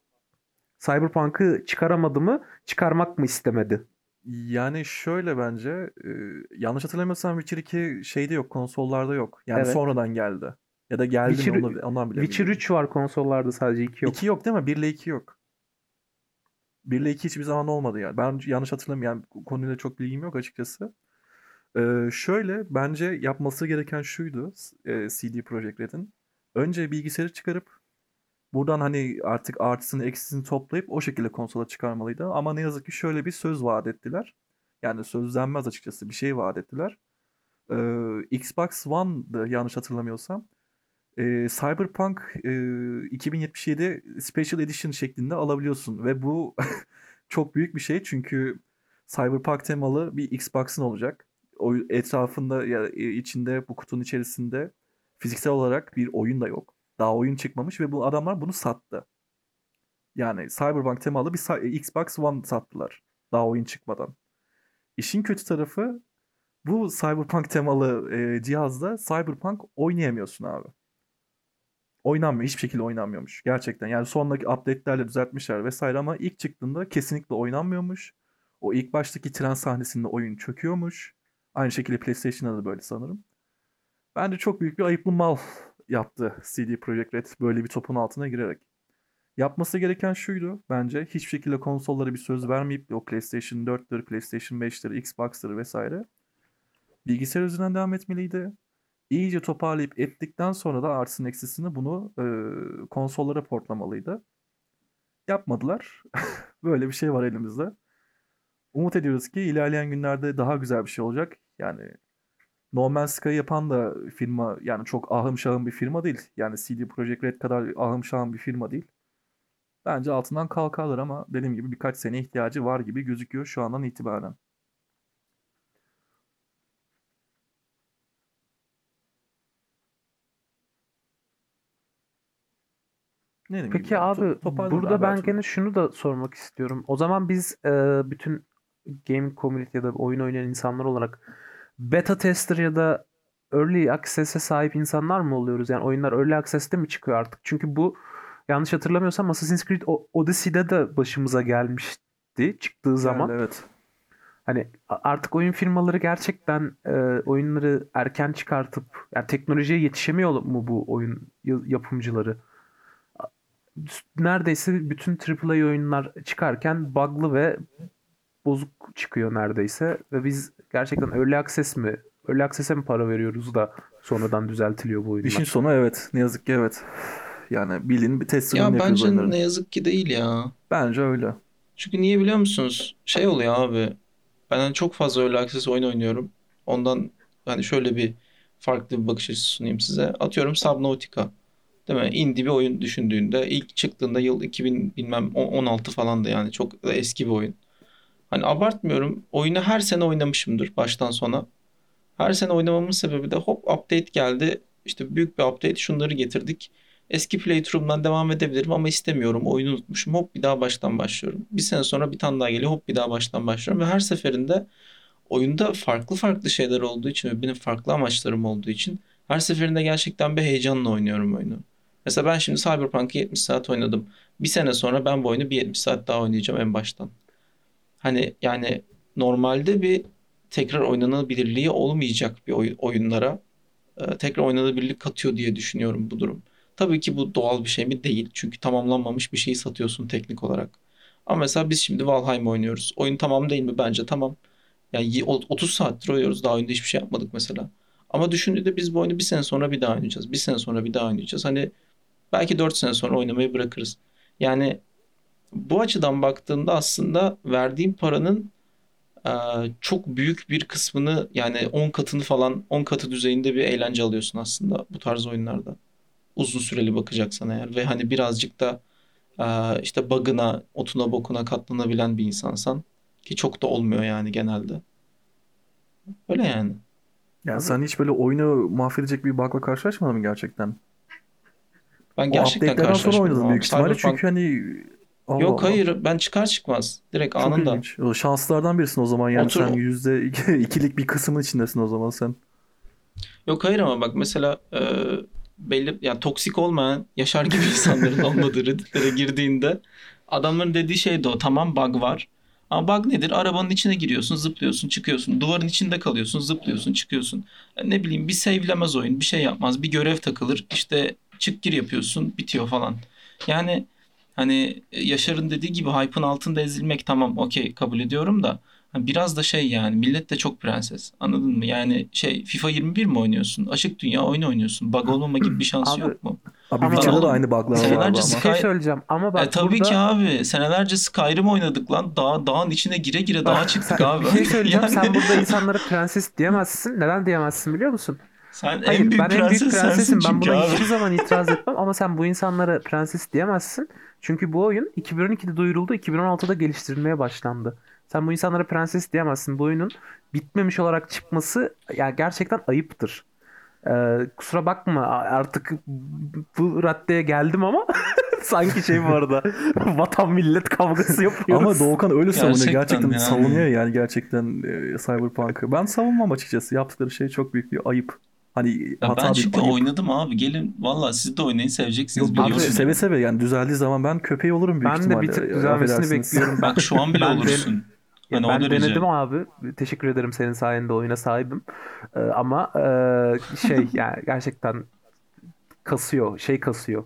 Cyberpunk'ı çıkaramadı mı, çıkarmak mı istemedi? Yani şöyle bence e, yanlış hatırlamıyorsam Witcher iki şeyde yok, konsollarda yok. Yani Evet. sonradan geldi. Ya da geldi mi Witcher, onu, ondan bile emin Witcher değilim. üç var konsollarda, sadece iki iki yok. yok değil mi? bir ile iki yok. bir ile iki hiçbir zaman olmadı yani. Ben yanlış hatırlamıyorum. Yani bu konuyla çok bilgim yok açıkçası. Ee, şöyle bence yapması gereken şuydu e, C D Projekt Red'in. Önce bilgisayarı çıkarıp buradan hani artık artısını eksisini toplayıp o şekilde konsola çıkarmalıydı. Ama ne yazık ki şöyle bir söz vaat ettiler. Yani söz denmez açıkçası, bir şey vaat ettiler. Ee, Xbox One'dı yanlış hatırlamıyorsam. Ee, Cyberpunk e, iki bin yetmiş yedi Special Edition şeklinde alabiliyorsun ve bu çok büyük bir şey çünkü Cyberpunk temalı bir Xbox'ın olacak. O etrafında ya e, içinde bu kutunun içerisinde fiziksel olarak bir oyun da yok. Daha oyun çıkmamış ve bu adamlar bunu sattı. Yani Cyberpunk temalı bir sa- Xbox One sattılar. Daha oyun çıkmadan. İşin kötü tarafı bu Cyberpunk temalı e, cihazda Cyberpunk oynayamıyorsun abi. Oynanmıyor. Hiçbir şekilde oynanmıyormuş. Gerçekten. Yani sonraki update'lerle düzeltmişler vesaire ama ilk çıktığında kesinlikle oynanmıyormuş. O ilk baştaki tren sahnesinde oyun çöküyormuş. Aynı şekilde PlayStation'da da böyle sanırım. Bence çok büyük bir ayıplı mal yaptı C D Projekt Red böyle bir topun altına girerek. Yapması gereken şuydu bence. Hiçbir şekilde konsollara bir söz vermeyip o PlayStation dörttür, PlayStation beştir, Xbox'tır vesaire. Bilgisayar üzerinden devam etmeliydi. İyice toparlayıp ettikten sonra da artısını eksisini bunu e, konsollara portlamalıydı. Yapmadılar. Böyle bir şey var elimizde. Umut ediyoruz ki ilerleyen günlerde daha güzel bir şey olacak. Yani No Man's Sky yapan da firma yani çok ahım şahım bir firma değil. Yani C D Projekt Red kadar ahım şahım bir firma değil. Bence altından kalkarlar ama dediğim gibi birkaç sene ihtiyacı var gibi gözüküyor şu andan itibaren. Ne Peki yani to- abi toparlarlar burada ben bence. gene şunu da sormak istiyorum. O zaman biz e, bütün gaming community ya da oyun oynayan insanlar olarak beta tester ya da early access'e sahip insanlar mı oluyoruz? Yani oyunlar early access'te mi çıkıyor artık? Çünkü bu yanlış hatırlamıyorsam Assassin's Creed O- Odyssey'de de başımıza gelmişti çıktığı zaman. Geldi evet. Hani a- artık oyun firmaları gerçekten e, oyunları erken çıkartıp yani teknolojiye yetişemiyor mu bu oyun ya- yapımcıları? Neredeyse bütün A A A oyunlar çıkarken bug'lı ve bozuk çıkıyor neredeyse ve biz gerçekten Early Access mi, Early Access'e mi para veriyoruz da sonradan düzeltiliyor bu İşin oyunlar? sonu evet. Ne yazık ki evet. Yani bilin bir testerını Ya yapıyoruz bence oyunların. ne yazık ki değil ya. Bence öyle. Çünkü niye biliyor musunuz? Şey oluyor abi. Ben hani çok fazla öyle akses oyun oynuyorum. Ondan hani şöyle bir farklı bir bakış açısı sunayım size. Atıyorum Subnautica. Değil mi? Indie bir oyun düşündüğünde ilk çıktığında yıl iki bin bilmem on altı falandı yani çok da eski bir oyun. Hani abartmıyorum. Oyunu her sene oynamışımdır baştan sona. Her sene oynamamın sebebi de hop update geldi. İşte büyük bir update şunları getirdik. Eski playthrough'umdan devam edebilirim ama istemiyorum. Oyunu unutmuşum. Hop bir daha baştan başlıyorum. Bir sene sonra bir tane daha geliyor. Hop bir daha baştan başlıyorum. Ve her seferinde oyunda farklı farklı şeyler olduğu için ve benim farklı amaçlarım olduğu için her seferinde gerçekten bir heyecanla oynuyorum oyunu. Mesela ben şimdi Cyberpunk'ı yetmiş saat oynadım. Bir sene sonra ben bu oyunu bir yetmiş saat daha oynayacağım en baştan. Hani yani normalde bir tekrar oynanabilirliği olmayacak bir oy- oyunlara e, tekrar oynanabilirlik katıyor diye düşünüyorum bu durum. Tabii ki bu doğal bir şey mi? Değil. Çünkü tamamlanmamış bir şeyi satıyorsun teknik olarak. Ama mesela biz şimdi Valheim oynuyoruz. Oyun tamam değil mi? Bence tamam. Yani y- o- otuz saattir oynuyoruz. Daha oyunda hiçbir şey yapmadık mesela. Ama düşündüğünde biz bu oyunu bir sene sonra bir daha oynayacağız. Bir sene sonra bir daha oynayacağız. Hani belki dört sene sonra oynamayı bırakırız. Yani bu açıdan baktığında aslında verdiğim paranın e, çok büyük bir kısmını yani on katını falan on katı düzeyinde bir eğlence alıyorsun aslında bu tarz oyunlarda. Uzun süreli bakacaksan eğer ve hani birazcık da e, işte bug'ına, otuna bokuna katlanabilen bir insansan ki çok da olmuyor yani genelde. Öyle yani. Yani Abi sen hiç böyle oyunu mahvedecek bir bug'la karşılaşmadın mı gerçekten? Ben O gerçekten update'lerden sonra karşılaşmadım oynadın büyük abi. ihtimalle çünkü Cyberpunk hani Allah yok Allah. hayır ben çıkar çıkmaz direkt Çok anında. ilginç. O şanslardan birisin o zaman yani sen Otur yüzde iki- ikilik bir kısmın içindesin o zaman sen. yok hayır ama bak mesela e, belli yani toksik olmayan Yaşar gibi insanların olmadığı Redditlere girdiğinde adamların dediği şey de o. Tamam bug var. Ama bug nedir? Arabanın içine giriyorsun, zıplıyorsun, çıkıyorsun. Duvarın içinde kalıyorsun, zıplıyorsun, çıkıyorsun. E, ne bileyim bir save'lemez oyun, bir şey yapmaz. Bir görev takılır. İşte çık gir yapıyorsun, bitiyor falan. Yani hani e, Yaşar'ın dediği gibi hype'ın altında ezilmek tamam okey kabul ediyorum da ha, biraz da şey yani millet de çok prenses. Anladın mı? Yani şey FIFA yirmi bir mi oynuyorsun? Açık dünya oyun oynuyorsun. Bug olmama gibi bir şansı abi yok mu? Abi ama Lan Witcher'da da oğlum aynı bug'lar vardı senelerce bir ama. şey Sky... söyleyeceğim ama E bak tabii ki burada abi. Senelerce Skyrim oynadık lan. Dağ, dağın içine gire gire dağa bak çıktık sen, abi. bir şey söyleyeceğim. Yani Sen burada insanlara prenses diyemezsin. Neden diyemezsin biliyor musun? sen en Hayır, büyük ben en büyük prenses sensin prensesim. Ben çünkü buna abi. hiçbir zaman itiraz etmem ama sen bu insanlara prenses diyemezsin. Çünkü bu oyun iki bin on ikide duyuruldu, iki bin on altıda geliştirilmeye başlandı. Sen bu insanlara prenses diyemezsin. Bu oyunun bitmemiş olarak çıkması yani gerçekten ayıptır. Ee, kusura bakma artık bu raddeye geldim ama sanki şey bu arada vatan millet kavgası Ama yapıyoruz. Doğukan öyle savunuyor. Gerçekten Gerçekten savunuyor yani. yani gerçekten e, Cyberpunk'ı. Ben savunmam açıkçası. Yaptıkları şey çok büyük bir ayıp. Hani Ya ben hata değil çünkü ayıp. oynadım abi. Gelin valla siz de oynayın seveceksiniz Yok yok Abi biliyorum seve yani. seve yani düzeldiği zaman ben köpeği olurum büyük ben de bir ihtimalle. tık E, düzelmesini Affedersiniz. bekliyorum. Ben Bak şu an bile ben de olursun. Hani ya o ben derece. denedim abi. Teşekkür ederim senin sayende oyuna sahibim. Ee, ama e, şey yani gerçekten kasıyor, şey kasıyor.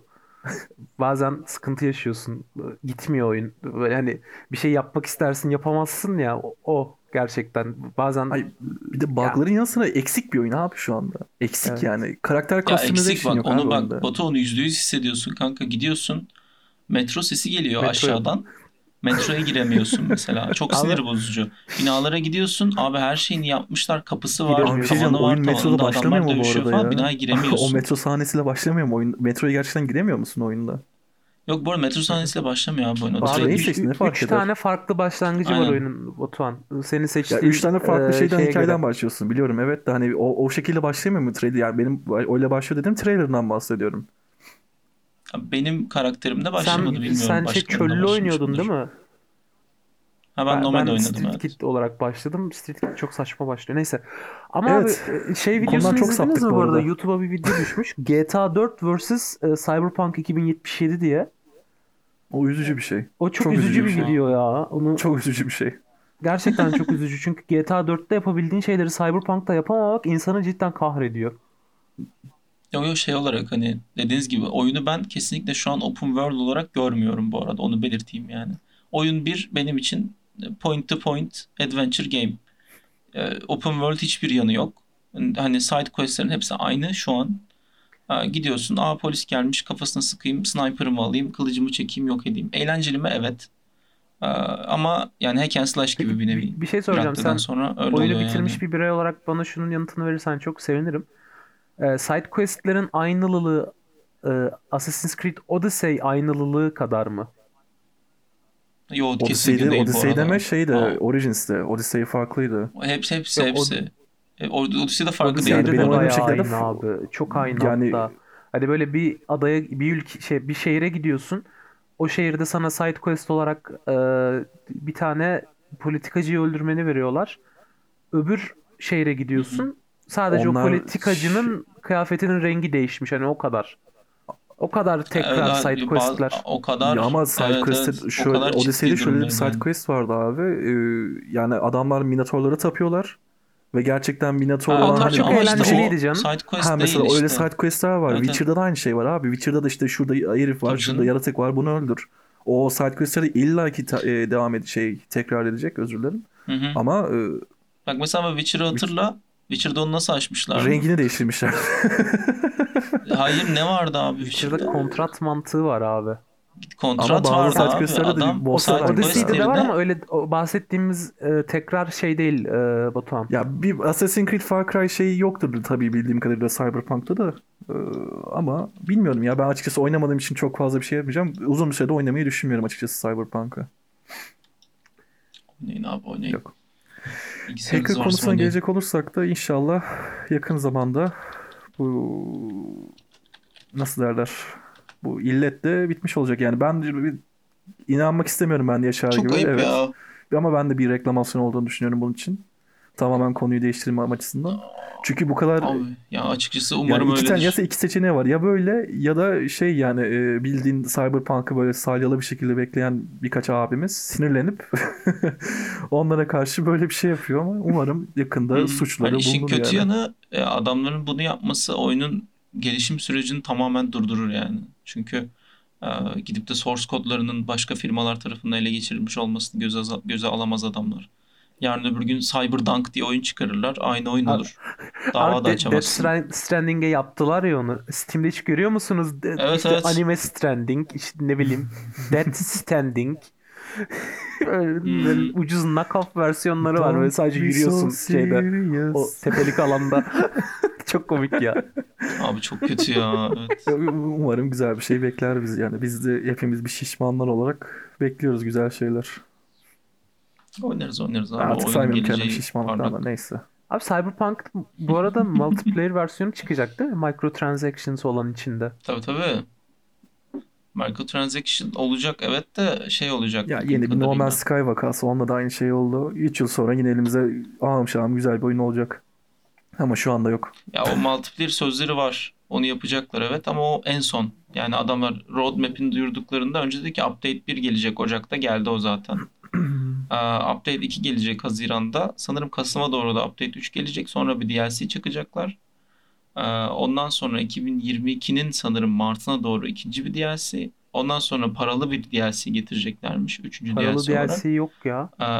Bazen sıkıntı yaşıyorsun. Gitmiyor oyun. Böyle hani bir şey yapmak istersin yapamazsın ya. O, o gerçekten bazen Ay bir de ya bug'ların yanı sıra eksik bir oyun abi şu anda. Eksik evet. yani. Karakter Ya eksik customization bak yok abi onu bak oyunda. Batu onu yüzde yüz hissediyorsun kanka. Gidiyorsun metro sesi geliyor Metro yok. aşağıdan. Metroya giremiyorsun mesela. Çok Abi sinir bozucu. Binalara gidiyorsun. Abi her şeyini yapmışlar. Kapısı var, Abi bir şey diyeceğim, giremiyorsun. tavanı var. oyun metroda Tavanında başlamıyor adamlar mu bu dövüşüyor arada falan. ya? Binaya O giremiyorsun. metro sahnesiyle başlamıyor mu oyun? Metroya gerçekten giremiyor musun oyunda? Yok, bu arada metro sahnesiyle başlamıyor abi oyun. O Abi Abi direkt neyse üç işte ne fark üç eder? tane farklı başlangıcı var aynen. oyunun Batuhan. Senin Ya üç seçtiğin tane farklı e, şeyden şeye göre. hikayeden başlıyorsun biliyorum, evet de hani o, o şekilde başlamıyor mu trailer? Yani benim öyle başlıyor dedim, trailer'dan bahsediyorum. Abi benim karakterimde başlamadı. Sen Bilmiyorum, sen şey başkalarında çöllü başlamış oynuyordun değil mıdır? mi? Ha, ben Ben, normalde ben oynadım, Street evet. Kid olarak başladım. Street Kid çok saçma başlıyor. Neyse. Ama abi Evet, e, şey konudan videosunu çok izlediniz saptık mi bu bu arada? arada. YouTube'a bir video düşmüş. G T A dört versus e, Cyberpunk iki bin yetmiş yedi diye. O üzücü bir şey. O çok Çok üzücü üzücü bir bir şey. video ya. Onu Çok üzücü bir şey. gerçekten çok üzücü. Çünkü G T A dörtte yapabildiğin şeyleri Cyberpunk'ta yapamamak insanı cidden kahrediyor. Yo yo, şey olarak hani dediğiniz gibi oyunu ben kesinlikle şu an open world olarak görmüyorum bu arada. Onu belirteyim yani. Oyun bir benim için point to point adventure game. Ee, open world hiçbir yanı yok. Hani side questlerin hepsi aynı şu an. Ha, gidiyorsun, aa polis gelmiş, kafasına sıkayım, sniper'ımı alayım, kılıcımı çekeyim, yok edeyim. Eğlenceli mi? Evet. Aa, ama yani hack and slash gibi Peki bir bir, nevi. bir şey Bir soracağım. raddeden Sen sonra öyle oyunu oluyor yani. bitirmiş bir birey olarak bana şunun yanıtını verirsen çok sevinirim. Ee, side questlerin aynılılığı e, Assassin's Creed Odyssey aynılılığı kadar mı? Yo, kesinlikle Odyssey'de, değil bu Odyssey deme arada. şeydi, Aa, Origins'te. Odyssey farklıydı. hepsi hepsi Yok o hepsi. E, Odyssey de farklı Yani değildi Odyssey'de bu benim de oynadığım arada. bayağı şekillerde aynı f- abi. Çok aynı yani hatta. Hani böyle bir adaya, bir ülke, şey, bir şehire gidiyorsun. O şehirde sana side quest olarak e, bir tane politikacıyı öldürmeni veriyorlar. Öbür şehre Hı hı. gidiyorsun. Sadece o onlar ş- politikacının kıyafetinin rengi değişmiş. Hani o kadar. O kadar Evet, tekrar side abi, bazı, questler. o ya kadar, ama side evet evet, quest'te o şöyle, kadar Odyssey'de ciddi şöyle bir durumdaydı side yani. quest vardı abi. Ee, yani adamlar Minotaur'lara tapıyorlar ve gerçekten Minotaur Ha, olan Onlar tabii hani çok ama bir işte eğlenceliydi o canım. side ha quest değil mesela öyle işte. side quest'ler var. Evet evet, Witcher'da da aynı şey var abi. Witcher'da da işte şurada herif var, tabii şurada canım. yaratık var, bunu öldür. O side quest'leri illaki ta- e, devam edecek, şey tekrar edecek, özür dilerim. Hı hı. Ama e, Bak mesela Witcher'ı Witch- hatırla. Witcher'da onu nasıl aşmışlardı? rengini değiştirmişler. Hayır, ne vardı abi Witcher'da Witcher'da? kontrat mantığı var abi. Ama Kontrat bazı vardı side abi. quest'lerde de Adam O, bosslar side aynı mesela. Odyssey'de de var ama questlerine öyle o bahsettiğimiz e, tekrar şey değil e, Batuhan. Ya bir Assassin's Creed Far Cry şeyi yoktur tabii bildiğim kadarıyla Cyberpunk'ta da. Ee, ama bilmiyorum ya, ben açıkçası oynamadığım için çok fazla bir şey yapmayacağım. Uzun bir sürede oynamayı düşünmüyorum açıkçası Cyberpunk'ı. oynayın abi, oynayın. Yok. Bilgisayarınız Hacker varsa konusuna oynayın. gelecek olursak da inşallah yakın zamanda bu, nasıl derler, bu illet de bitmiş olacak. Yani ben bir- inanmak istemiyorum ben de Yaşar Çok gibi. ayıp Evet. ya. Ama ben de bir reklamasyon olduğunu düşünüyorum bunun için. Tamamen konuyu değiştirmem açısından. Çünkü bu kadar, Abi ya, açıkçası yani umarım iki tane ya öyledir. iki seçeneği var. Ya böyle ya da şey, yani e, bildiğin Cyberpunk'ı böyle salyalı bir şekilde bekleyen birkaç abimiz sinirlenip onlara karşı böyle bir şey yapıyor ama umarım Hı yakında hı. Hani suçları işin bulunur kötü yani. yanı, e, adamların bunu yapması oyunun gelişim sürecini tamamen durdurur yani. Çünkü e, gidip de source kodlarının başka firmalar tarafından ele geçirilmiş olmasını göze, göze alamaz adamlar. Yarın öbür gün Cyberdunk diye oyun çıkarırlar. Aynı oyun A- olur. Abi Dava da De- Death açamazsın. Stra- Stranding'e yaptılar ya onu. Steam'de hiç görüyor musunuz? De- Evet işte evet. Anime Stranding, işte ne bileyim Death Standing. Böyle, böyle Hmm. ucuz knockoff versiyonları var. Böyle Don't sadece be so yürüyorsun şeyde, o serious. tepelik alanda. Çok komik ya. Abi çok kötü ya. Evet. Umarım güzel bir şey bekler bizi yani. Biz de hepimiz bir şişmanlar olarak bekliyoruz güzel şeyler. Oynarız oynarız Ben abi. O artık oyunun saymıyorum kendimi geleceği şişmanlıktan da parlak. neyse. Abi Cyberpunk bu arada multiplayer versiyonu çıkacak değil mi? Microtransactions olan içinde. Tabii tabii. Microtransaction olacak, evet, de şey olacak Ya bildiğim yeni bir No Man's kadarıyla. Sky vakası, onunla da aynı şey oldu. üç yıl sonra yine elimize almış ağam güzel bir oyun olacak. Ama şu anda yok. Ya o multiplayer sözleri var. Onu yapacaklar, evet, ama o en son. Yani adamlar roadmap'ini duyurduklarında önce dedi ki update bir gelecek Ocak'ta, geldi o zaten. Aa, update iki gelecek Haziran'da. Sanırım Kasım'a doğru da update üç gelecek. Sonra bir D L C çıkacaklar. Aa, ondan sonra iki bin yirmi ikinin sanırım Mart'ına doğru ikinci bir D L C. Ondan sonra paralı bir D L C getireceklermiş. Üçüncü Paralı D L C olarak. D L C yok ya. Aa,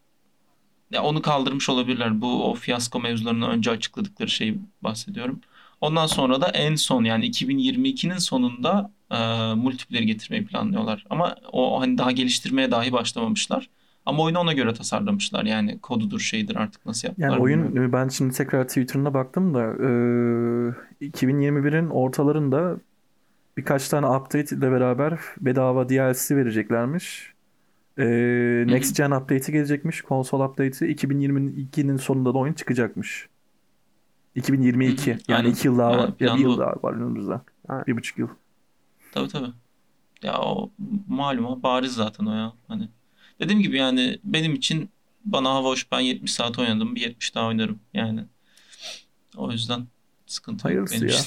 ya onu kaldırmış olabilirler. Bu o fiyasko mevzularını önce açıkladıkları şeyi bahsediyorum. Ondan sonra da en son yani iki bin yirmi ikinin sonunda e, multiplayer'i getirmeyi planlıyorlar. Ama o hani daha geliştirmeye dahi başlamamışlar. Ama oyunu ona göre tasarlamışlar. Yani kodudur şeydir artık nasıl Yani yaptılar oyun bilmiyorum. e, ben şimdi tekrar Twitter'ına baktım da e, iki bin yirmi birin ortalarında birkaç tane update ile beraber bedava D L C vereceklermiş. E, Hı hı. Next Gen update'i gelecekmiş. Konsol update'i iki bin yirmi ikinin sonunda da oyun çıkacakmış. Hı hı. iki bin yirmi iki. Yani Aynen. iki yıl daha var. Yani Ya bir plan yıl bu. daha var önümüzde. Ha, Bir buçuk yıl. Tabii tabii. Ya o malum o bariz zaten o ya. Hani dediğim gibi yani benim için bana hava hoş. Ben yetmiş saat oynadım. Bir yetmiş daha oynarım. Yani o yüzden sıkıntı yok Hayırlısı benim ya. için.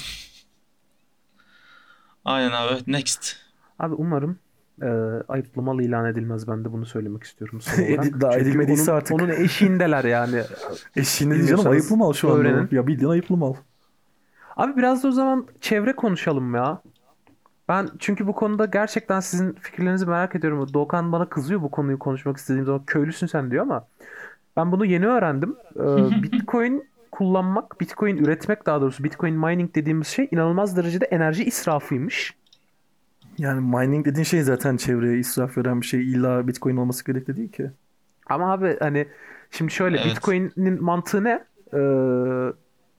Aynen abi. Next. abi umarım e, ayıplamalı ilan edilmez. Ben de bunu söylemek istiyorum son olarak. Daha Çünkü edilmediyse onun artık. onun eşiğindeler yani. Eşiğinde değil canım, ayıplı Bilmiyorsanız mal şu anda o. öğrenin. Ya bildiğin ayıplı mal. Abi biraz da o zaman çevre konuşalım ya. Ben çünkü bu konuda gerçekten sizin fikirlerinizi merak ediyorum. Doğukan bana kızıyor bu konuyu konuşmak istediğim zaman. Köylüsün sen diyor ama ben bunu yeni öğrendim. Ee, Bitcoin kullanmak, Bitcoin üretmek daha doğrusu Bitcoin mining dediğimiz şey inanılmaz derecede enerji israfıymış. Yani mining dediğin şey zaten çevreye israf veren bir şey. İlla Bitcoin olması gerekli değil ki. Ama abi hani şimdi şöyle Evet. Bitcoin'in mantığı ne? Ee,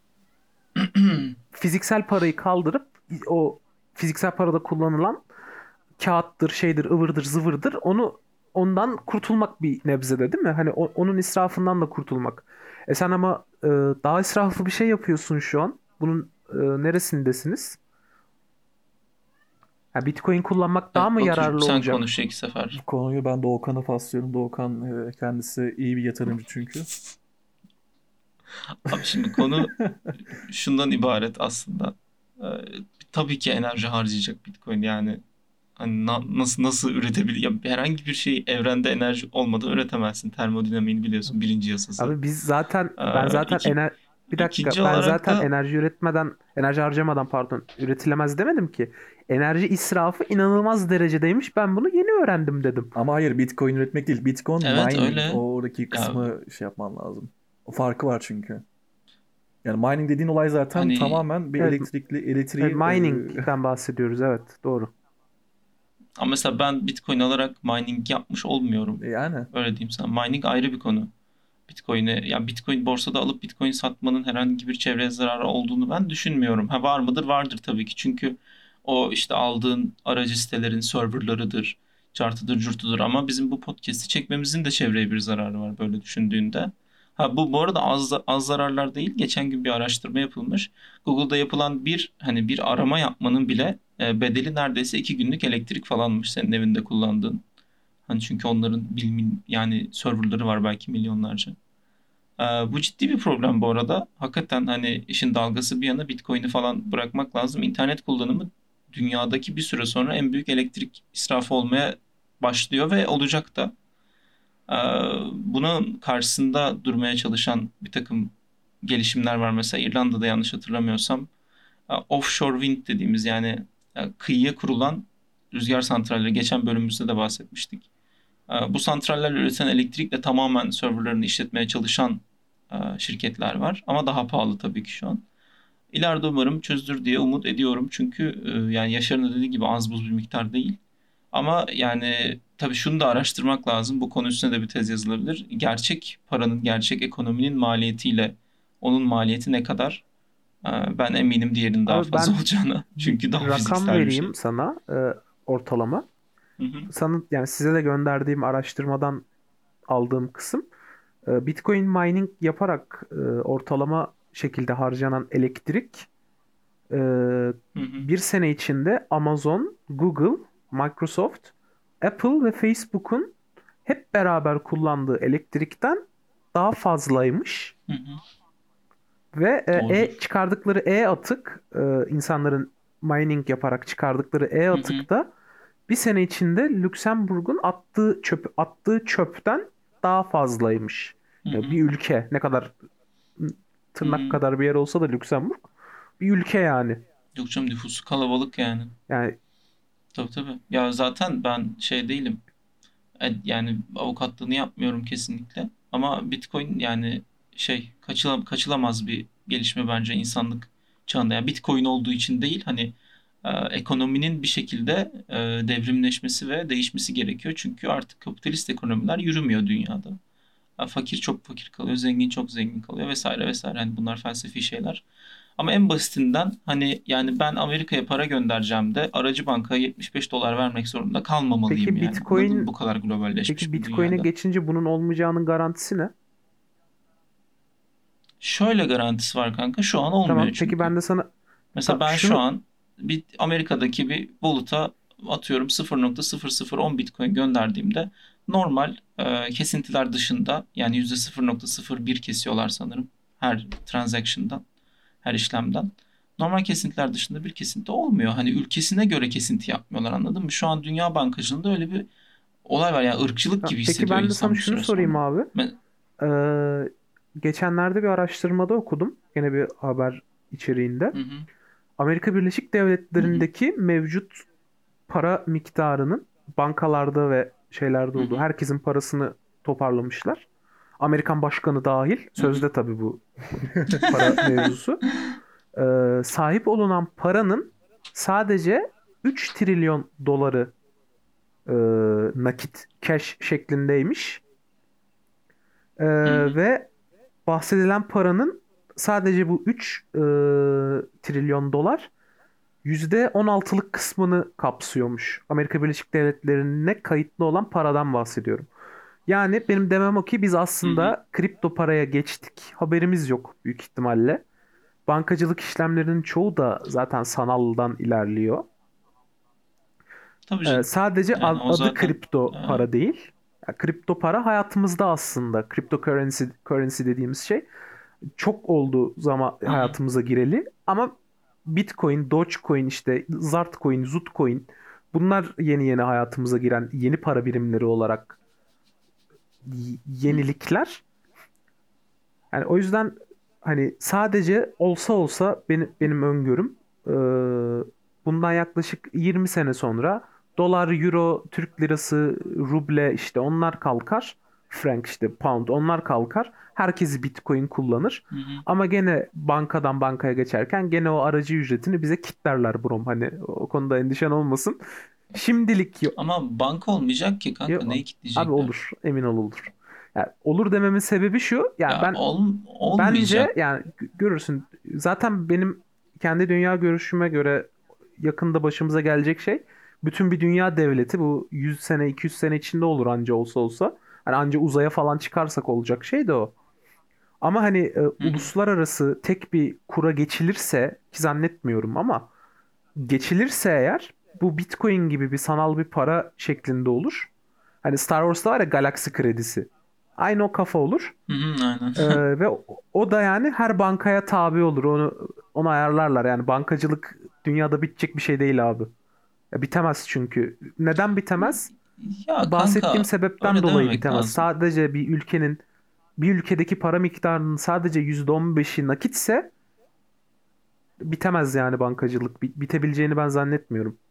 fiziksel parayı kaldırıp o fiziksel parada kullanılan kağıttır, şeydir, ıvırdır, zıvırdır. Onu ondan kurtulmak bir nebzede değil mi? Hani o- onun israfından da kurtulmak. E sen ama e, daha israflı bir şey yapıyorsun şu an. Bunun e, neresindesiniz? Ha, Bitcoin kullanmak daha Evet mı Batucuğum yararlı sen olacak? konuş iki sefer. Bu konuyu ben Doğukan'a paslıyorum. Doğukan e, kendisi iyi bir yatırımcı çünkü. Abi şimdi konu şundan ibaret aslında. Ee, tabii ki enerji harcayacak Bitcoin yani. Hani na- nasıl nasıl üretebilir? Ya herhangi bir şey evrende enerji olmadan üretemezsin. Termodinamiğini biliyorsun birinci yasası. Abi biz zaten ben Ee, zaten iki, ener bir ikinci dakika ben olarak zaten da enerji üretmeden enerji harcamadan pardon üretilemez demedim ki. Enerji israfı inanılmaz derecedeymiş. Ben bunu yeni öğrendim dedim. Ama hayır, Bitcoin üretmek değil. Bitcoin evet mining. öyle. Oradaki Ya kısmı şey yapman lazım. O farkı var çünkü. Yani mining dediğin olay zaten hani tamamen bir Evet, elektrikli evet elektriği e, mining'den bahsediyoruz. Evet, doğru. ama mesela ben Bitcoin alarak mining yapmış olmuyorum. yani Öyle diyeyim sana. Mining ayrı bir konu. Bitcoin'e ya Bitcoin borsada alıp Bitcoin satmanın herhangi bir çevreye zararı olduğunu ben düşünmüyorum. Ha var mıdır? Vardır tabii ki. Çünkü o işte aldığın aracı sitelerin serverlarıdır, cartıdır, curtudur ama bizim bu podcast'i çekmemizin de çevreye bir zararı var böyle düşündüğünde. Ha bu bu arada az az zararlar değil. Geçen gün bir araştırma yapılmış. Google'da yapılan bir hani bir arama yapmanın bile e, bedeli neredeyse iki günlük elektrik falanmış senin evinde kullandığın. Hani çünkü onların bilmin yani serverları var belki milyonlarca. Ee, bu ciddi bir problem bu arada. Hakikaten hani işin dalgası bir yana Bitcoin'i falan bırakmak lazım. İnternet kullanımı dünyadaki bir süre sonra en büyük elektrik israfı olmaya başlıyor ve olacak da. Ee, Bunun karşısında durmaya çalışan bir takım gelişimler var. Mesela İrlanda'da yanlış hatırlamıyorsam e, offshore wind dediğimiz yani e, kıyıya kurulan rüzgar santralleri geçen bölümümüzde de bahsetmiştik. E, Bu santrallerle üreten elektrikle tamamen serverlarını işletmeye çalışan e, şirketler var. Ama daha pahalı tabii ki şu an. İleride umarım çözülür diye umut ediyorum. Çünkü e, yani Yaşar'ın da dediği gibi az buz bir miktar değil. Ama yani tabii şunu da araştırmak lazım. Bu konu üstüne de bir tez yazılabilir. Gerçek paranın, gerçek ekonominin maliyetiyle onun maliyeti ne kadar? E, Ben eminim diğerinin daha Abi fazla ben olacağına. bir Çünkü daha rakam fiziksel bir vereyim şey. sana e, ortalama. Hı hı, Sana yani size de gönderdiğim araştırmadan aldığım kısım e, Bitcoin mining yaparak e, ortalama şekilde harcanan elektrik e, hı hı, bir sene içinde Amazon, Google, Microsoft, Apple ve Facebook'un hep beraber kullandığı elektrikten daha fazlaymış. hı hı. Ve e, e- Doğrudur. çıkardıkları e-atık e, insanların mining yaparak çıkardıkları Hı hı, e-atık da bir sene içinde Lüksemburg'un attığı çöp attığı çöpten daha fazlaymış. hı Ya hı, bir ülke ne kadar hı tırnak hı. kadar bir yer olsa da Lüksemburg bir ülke yani. Yok canım nüfusu kalabalık yani. Yani Tabii tabii. Ya zaten ben şey değilim. E, Yani avukatlığını yapmıyorum kesinlikle. Ama Bitcoin yani şey kaçıla, kaçılamaz bir gelişme bence insanlık çağında. Yani Bitcoin olduğu için değil, hani e, ekonominin bir şekilde e, devrimleşmesi ve değişmesi gerekiyor. Çünkü artık kapitalist ekonomiler yürümüyor dünyada. E, fakir çok fakir kalıyor, zengin çok zengin kalıyor vesaire vesaire. Hani bunlar felsefi şeyler. Ama en basitinden hani yani ben Amerika'ya para göndereceğim de aracı bankaya yetmiş beş dolar vermek zorunda kalmamalıyım Peki yani. Anladın mı? Bitcoin Bu kadar peki globalleşmiş bir Bitcoin'e dünyada. geçince bunun olmayacağının garantisi ne? Şöyle garantisi var kanka. Şu an olmuyor Tamam. Peki çünkü. ben de sana Mesela ta- ben şu şunu an bir Amerika'daki bir wallet'a atıyorum sıfır nokta sıfır sıfır on Bitcoin gönderdiğimde normal e, kesintiler dışında, yani yüzde sıfır nokta sıfır bir kesiyorlar sanırım her transaction'dan, her işlemden. Normal kesintiler dışında bir kesinti olmuyor. Hani ülkesine göre kesinti yapmıyorlar, anladın mı? Şu an dünya bankacılığında öyle bir olay var. Yani ırkçılık tamam, gibi peki hissediyor ben de sana insan bir şunu süre sorayım sonra. abi. Ben- Ee, Geçenlerde bir araştırmada okudum. Gene bir haber içeriğinde. Hı hı, Amerika Birleşik hı hı, Devletleri'ndeki mevcut para miktarının bankalarda ve şeylerde hı olduğu hı, herkesin parasını toparlamışlar. Amerikan başkanı dahil. hı hı. Sözde tabii bu para mevzusu. Ee, sahip olunan paranın sadece üç trilyon doları e, nakit, cash şeklindeymiş. Ee, Hı hı. ve bahsedilen paranın sadece bu üç e, trilyon dolar yüzde on altılık kısmını kapsıyormuş. Amerika Birleşik Devletleri'ne kayıtlı olan paradan bahsediyorum. Yani benim demem o ki biz Hı hı. aslında kripto paraya geçtik. Haberimiz yok büyük ihtimalle. Bankacılık işlemlerinin çoğu da zaten sanaldan ilerliyor. Tabii Ee, canım. sadece Yani ad- o adı zaten e, kripto para değil. Ya, kripto para hayatımızda aslında. Cryptocurrency currency dediğimiz şey çok oldu zaman hı hı, hayatımıza gireli. Ama Bitcoin, Dogecoin, işte Zartcoin, Zutcoin, bunlar yeni yeni hayatımıza giren yeni para birimleri olarak y- hı hı. yenilikler. Yani o yüzden hani sadece olsa olsa benim benim öngörüm e, bundan yaklaşık yirmi sene sonra dolar, euro, Türk lirası, ruble, işte onlar kalkar. Frank, işte pound, onlar kalkar. Herkes Bitcoin kullanır. Hı hı. Ama gene bankadan bankaya geçerken gene o aracı ücretini bize kitlerler brom. Hani o konuda endişen olmasın. Şimdilik yok. Ama banka olmayacak ki kanka, neyi Abi kitleyecekler? olur. Emin ol olur. Yani olur dememin sebebi şu. Yani Ya ben ol, bence olmayacak. yani gö- görürsün. Zaten benim kendi dünya görüşüme göre yakında başımıza gelecek şey, bütün bir dünya devleti bu yüz sene iki yüz sene içinde olur anca olsa olsa. Hani anca uzaya falan çıkarsak olacak şey de o. Ama hani e, Hı hı. uluslararası tek bir kura geçilirse, ki zannetmiyorum ama geçilirse eğer, bu Bitcoin gibi bir sanal bir para şeklinde olur. Hani Star Wars'ta var ya, galaksi kredisi. Aynı o kafa olur. Hı hı, aynen. Ee, ve o, o da yani her bankaya tabi olur. Onu onu ayarlarlar. Yani bankacılık dünyada bitecek bir şey değil abi. Ya bitemez çünkü. Neden bitemez? Ya Bahsettiğim kanka, sebepten öyle dolayı dememek bitemez. lazım. Sadece bir ülkenin bir ülkedeki para miktarının sadece yüzde on beşi nakitse bitemez yani bankacılık. Bi- Bitebileceğini ben zannetmiyorum.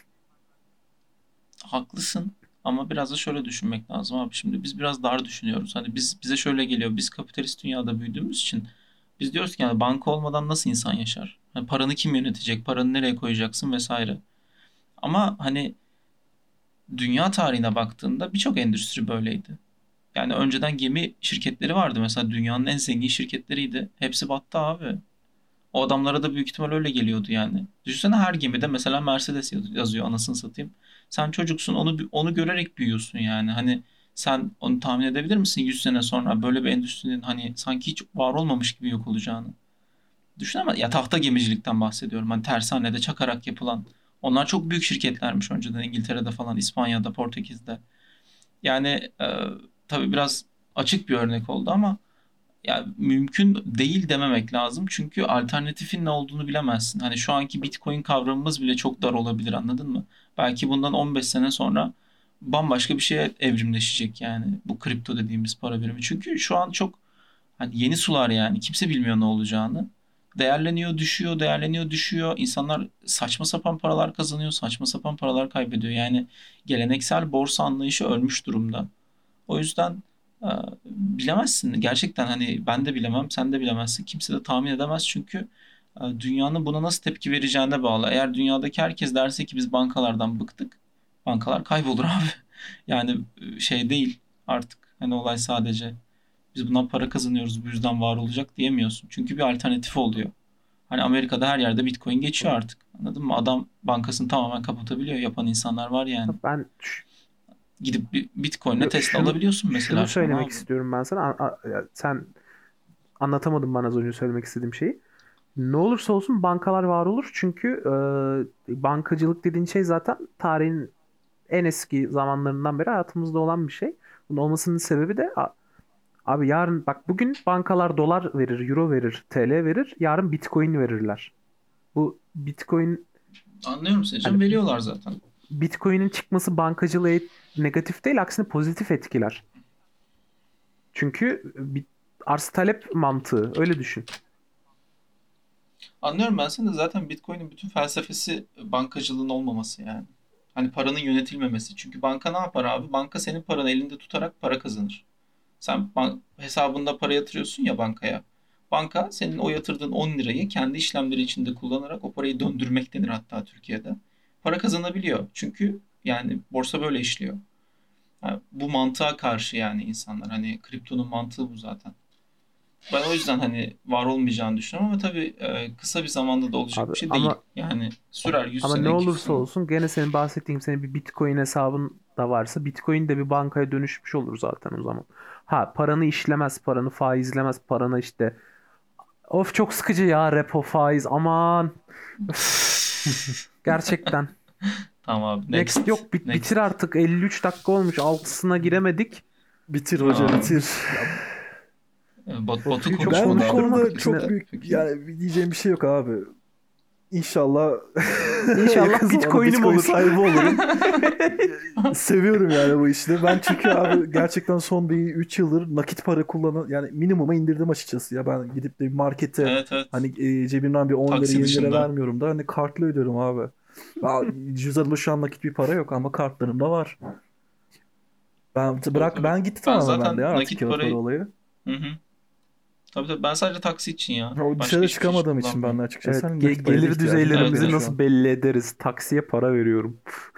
Haklısın. Ama biraz da şöyle düşünmek lazım abi. Şimdi biz biraz dar düşünüyoruz. Hani biz bize şöyle geliyor. Biz kapitalist dünyada büyüdüğümüz için biz diyoruz ki yani banka olmadan nasıl insan yaşar? Hani paranı kim yönetecek? Paranı nereye koyacaksın vesaire. Ama hani dünya tarihine baktığında birçok endüstri böyleydi. Yani önceden gemi şirketleri vardı. Mesela dünyanın en zengin şirketleriydi. Hepsi battı abi. O adamlara da büyük ihtimal öyle geliyordu yani. Düşünsene, her gemide mesela Mercedes yaz- yazıyor, anasını satayım. Sen çocuksun, onu onu görerek büyüyorsun yani. Hani sen onu tahmin edebilir misin yüz sene sonra böyle bir endüstrinin hani sanki hiç var olmamış gibi yok olacağını? Düşünemez. Ya tahta gemicilikten bahsediyorum. Hani tersanede çakarak yapılan. Onlar çok büyük şirketlermiş önceden, İngiltere'de falan, İspanya'da, Portekiz'de. Yani e, tabii biraz açık bir örnek oldu ama ya mümkün değil dememek lazım. Çünkü alternatifin ne olduğunu bilemezsin. Hani şu anki Bitcoin kavramımız bile çok dar olabilir, anladın mı? Belki bundan on beş sene sonra bambaşka bir şeye evrimleşecek yani bu kripto dediğimiz para birimi. Çünkü şu an çok hani yeni sular yani. Kimse bilmiyor ne olacağını. Değerleniyor, düşüyor, değerleniyor, düşüyor. İnsanlar saçma sapan paralar kazanıyor, saçma sapan paralar kaybediyor. Yani geleneksel borsa anlayışı ölmüş durumda. O yüzden e, bilemezsin. Gerçekten hani ben de bilemem, sen de bilemezsin. Kimse de tahmin edemez çünkü e, dünyanın buna nasıl tepki vereceğine bağlı. Eğer dünyadaki herkes derse ki biz bankalardan bıktık, bankalar kaybolur abi. Yani e, şey değil artık. Hani olay sadece biz bundan para kazanıyoruz bu yüzden var olacak diyemiyorsun. Çünkü bir alternatif oluyor. Hani Amerika'da her yerde Bitcoin geçiyor artık. Anladın mı? Adam bankasını tamamen kapatabiliyor. Yapan insanlar var yani. Ben ş- Gidip bir Bitcoin'le Yo, Tesla şunu, alabiliyorsun mesela şunu şu an söylemek abi. istiyorum ben sana. A- a- ya sen anlatamadın bana az önce söylemek istediğim şeyi. Ne olursa olsun bankalar var olur. Çünkü e, bankacılık dediğin şey zaten tarihin en eski zamanlarından beri hayatımızda olan bir şey. Bunun olmasının sebebi de a- abi yarın bak bugün bankalar dolar verir, euro verir, T L verir. Yarın Bitcoin verirler. Bu Bitcoin Anlıyorum seni canım. hani Veriyorlar zaten. Bitcoin'in çıkması bankacılığı negatif değil, aksine pozitif etkiler. Çünkü bir arz talep mantığı öyle düşün. Anlıyorum ben seni de zaten Bitcoin'in bütün felsefesi bankacılığın olmaması yani. Hani paranın yönetilmemesi. Çünkü banka ne yapar abi? Banka senin paranı elinde tutarak para kazanır. Sen ban- hesabında para yatırıyorsun ya bankaya. Banka senin o yatırdığın on lirayı kendi işlemleri içinde kullanarak o parayı döndürmek denir hatta Türkiye'de. Para kazanabiliyor. Çünkü yani borsa böyle işliyor. Ha, bu mantığa karşı yani insanlar. Hani kriptonun mantığı bu zaten. Ben o yüzden hani var olmayacağını düşünüyorum ama tabii e, kısa bir zamanda da olacak Abi bir şey değil. ama Yani sürer yüz ama ne sene, iki yüz olursa sene. olsun gene senin bahsettiğin senin bir Bitcoin hesabın da varsa Bitcoin de bir bankaya dönüşmüş olur zaten o zaman. Ha paranı işlemez, paranı faizlemez, paranı işte of çok sıkıcı ya repo faiz aman. Üf, gerçekten. Tamam abi Next next. yok bit bitir Next. artık elli üç dakika olmuş altısına giremedik. Bitir hoca Aa, bitir. e, Bat Batu Batu'yu çok Ben bu konuşmadı abi. konuşturmak konuda için çok de büyük Peki. yani diyeceğim bir şey yok abi. İnşallah İnşallah yakın zamanda Bitcoin'im Bitcoin olur. sahibi olurum. Seviyorum yani bu işleri. Ben çünkü abi gerçekten son bir üç yıldır nakit para kullanan yani minimuma indirdim açıkçası. Ya ben gidip de bir markete Evet evet. hani e, cebimden bir on lira Taksi yirmi lira dışında. vermiyorum da hani kartla ödüyorum abi. Ya, cüzdanımda şu an nakit bir para yok ama kartlarımda var. Ben Tabii bırak tabii. ben gitti Ben tamamen bende zaten ya artık nakit kağıt para parayı olayı. hı hı. Tabii tabii. Ben sadece taksi için ya. O Başka dışarı hiçbir şey için çıkamadığım için ben kullanmıyorum. de açıkçası Evet, hani ge- nakit paraya da gelir ihtiyacım yok Evet düzeylerimizi benim evet. şu nasıl an. belli ederiz? Taksiye para veriyorum.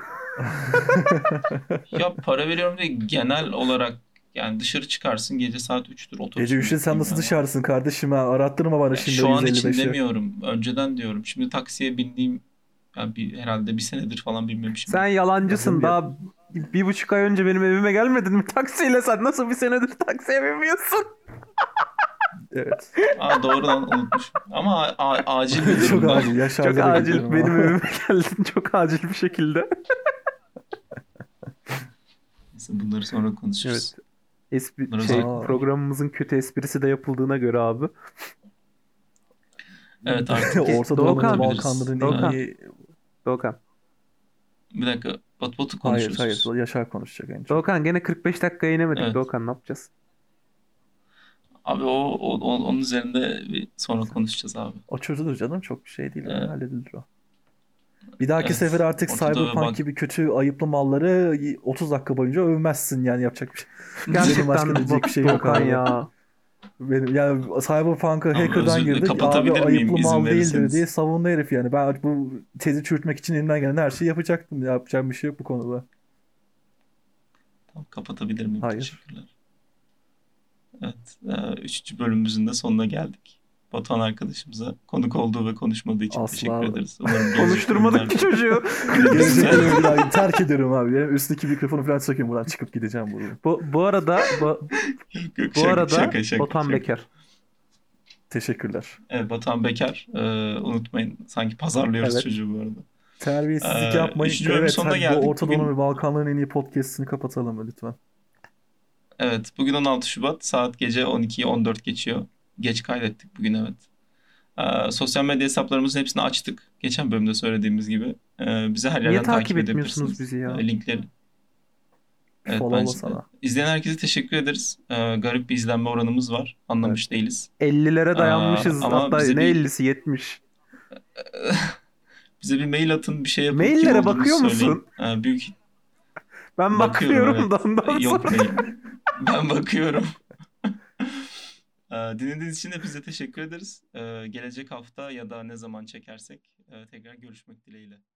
Ya para veriyorum diye genel olarak yani dışarı çıkarsın gece saat üçtür Gece otobüsüne üçte sen bineyim nasıl ben abi. dışarısın kardeşim ha? Arattırma bana Ya şimdi o şu an için yüz elli beşi. demiyorum. Önceden diyorum. Şimdi taksiye bindiğim ya bir, herhalde bir senedir falan Sen binmemişimdir. Ya benim yalancısın. ya, Daha bir buçuk ay önce benim evime gelmedin mi taksiyle? Sen nasıl bir senedir taksiye binmiyorsun? evet. Aa doğru lan unutmuşum. Ama a- a- acil bir Çok durumda. acil. Ya Çok şarja da acil gidiyorum benim ha. evime geldin. Çok acil bir şekilde. Neyse bunları sonra Evet. konuşuruz. Espri, Bunları şey özel Aa, konular. programımızın kötü esprisi de yapıldığına göre abi. Evet artık Ki Orta Doğu'nun ve kapatabiliriz. Balkanların en Doğukan, Ee, iyi... Doğukan. bir dakika. Bat Batu Hayır, hayır. konuşuyoruz. Yaşar konuşacak en çok. Doğukan gene kırk beş dakika inemedik. Evet. Doğukan ne yapacağız? Abi o, o- o- onun üzerinde bir sonra konuşacağız abi. O çözülür canım. Çok bir şey değil. Yani Ee, halledilir o. Bir dahaki sefer evet. artık Ortada ve Cyberpunk bank. gibi kötü ayıplı malları otuz dakika boyunca övmezsin yani yapacak bir şey. Benim başka Gerçekten diyecek bir Batu- şey yok Doğukan abi. ya. Benim yani Cyberpunk'a Abi hacker'dan özür girdi. Abi kapatabilir miyim ayıplı izin mal değildir diye verirseniz? savundu herif yani. Ben bu tezi çürütmek için elimden gelen her şeyi yapacaktım. Yapacağım bir şey yok bu konuda. Tamam, kapatabilir miyim? Hayır. Teşekkürler. Evet. E, üçüncü bölümümüzün de sonuna geldik. Batuhan arkadaşımıza konuk olduğu ve konuşmadığı için teşekkür Asla ederiz. Umarım gelecek Konuşturmadık ki bölümlerde çocuğu. gelecek güzel. bölümü bir daha terk ediyorum abi. Yani üstteki mikrofonu falan çakıyorum buradan çıkıp gideceğim buradan. Bu, bu arada bu, Yok, yok, bu şaka, arada şaka, şaka, Batuhan şaka. Bekar. Teşekkürler. Evet, Batuhan Bekar. E, unutmayın. Sanki pazarlıyoruz Evet. çocuğu bu arada. Terbiyesizlik E, yapmayın. üçüncü bölümün Evet sonuna hadi bu geldik. Orta Doğu'nun Bugün ve Balkanların en iyi podcast'ini kapatalım lütfen. evet, bugün on altı Şubat. Saat gece on ikiyi on dört geçiyor. Geç kaydettik bugün evet. Ee, sosyal medya hesaplarımızın hepsini açtık. Geçen bölümde söylediğimiz gibi. Ee, bizi her Niye yerden takip takip etmiyorsunuz edebilirsiniz. bizi ya? Ee, linkleri. Evet Follow'la bence de. sana. İzleyen herkese teşekkür ederiz. Ee, garip bir izlenme oranımız var. Evet. Anlamış değiliz. ellilere Ee, dayanmışız. ama Hatta bize ne bir ellisi yetmiş. bize bir mail atın, bir şey yapın, kim Maillere olduğunuzu bakıyor söyleyin. musun? Ee, büyük Ben bakıyorum bakmıyorum da evet. ondan Yok sonra. mail. Ben bakıyorum. Ee, dinlediğiniz için de bize teşekkür ederiz. Ee, gelecek hafta ya da ne zaman çekersek e, tekrar görüşmek dileğiyle.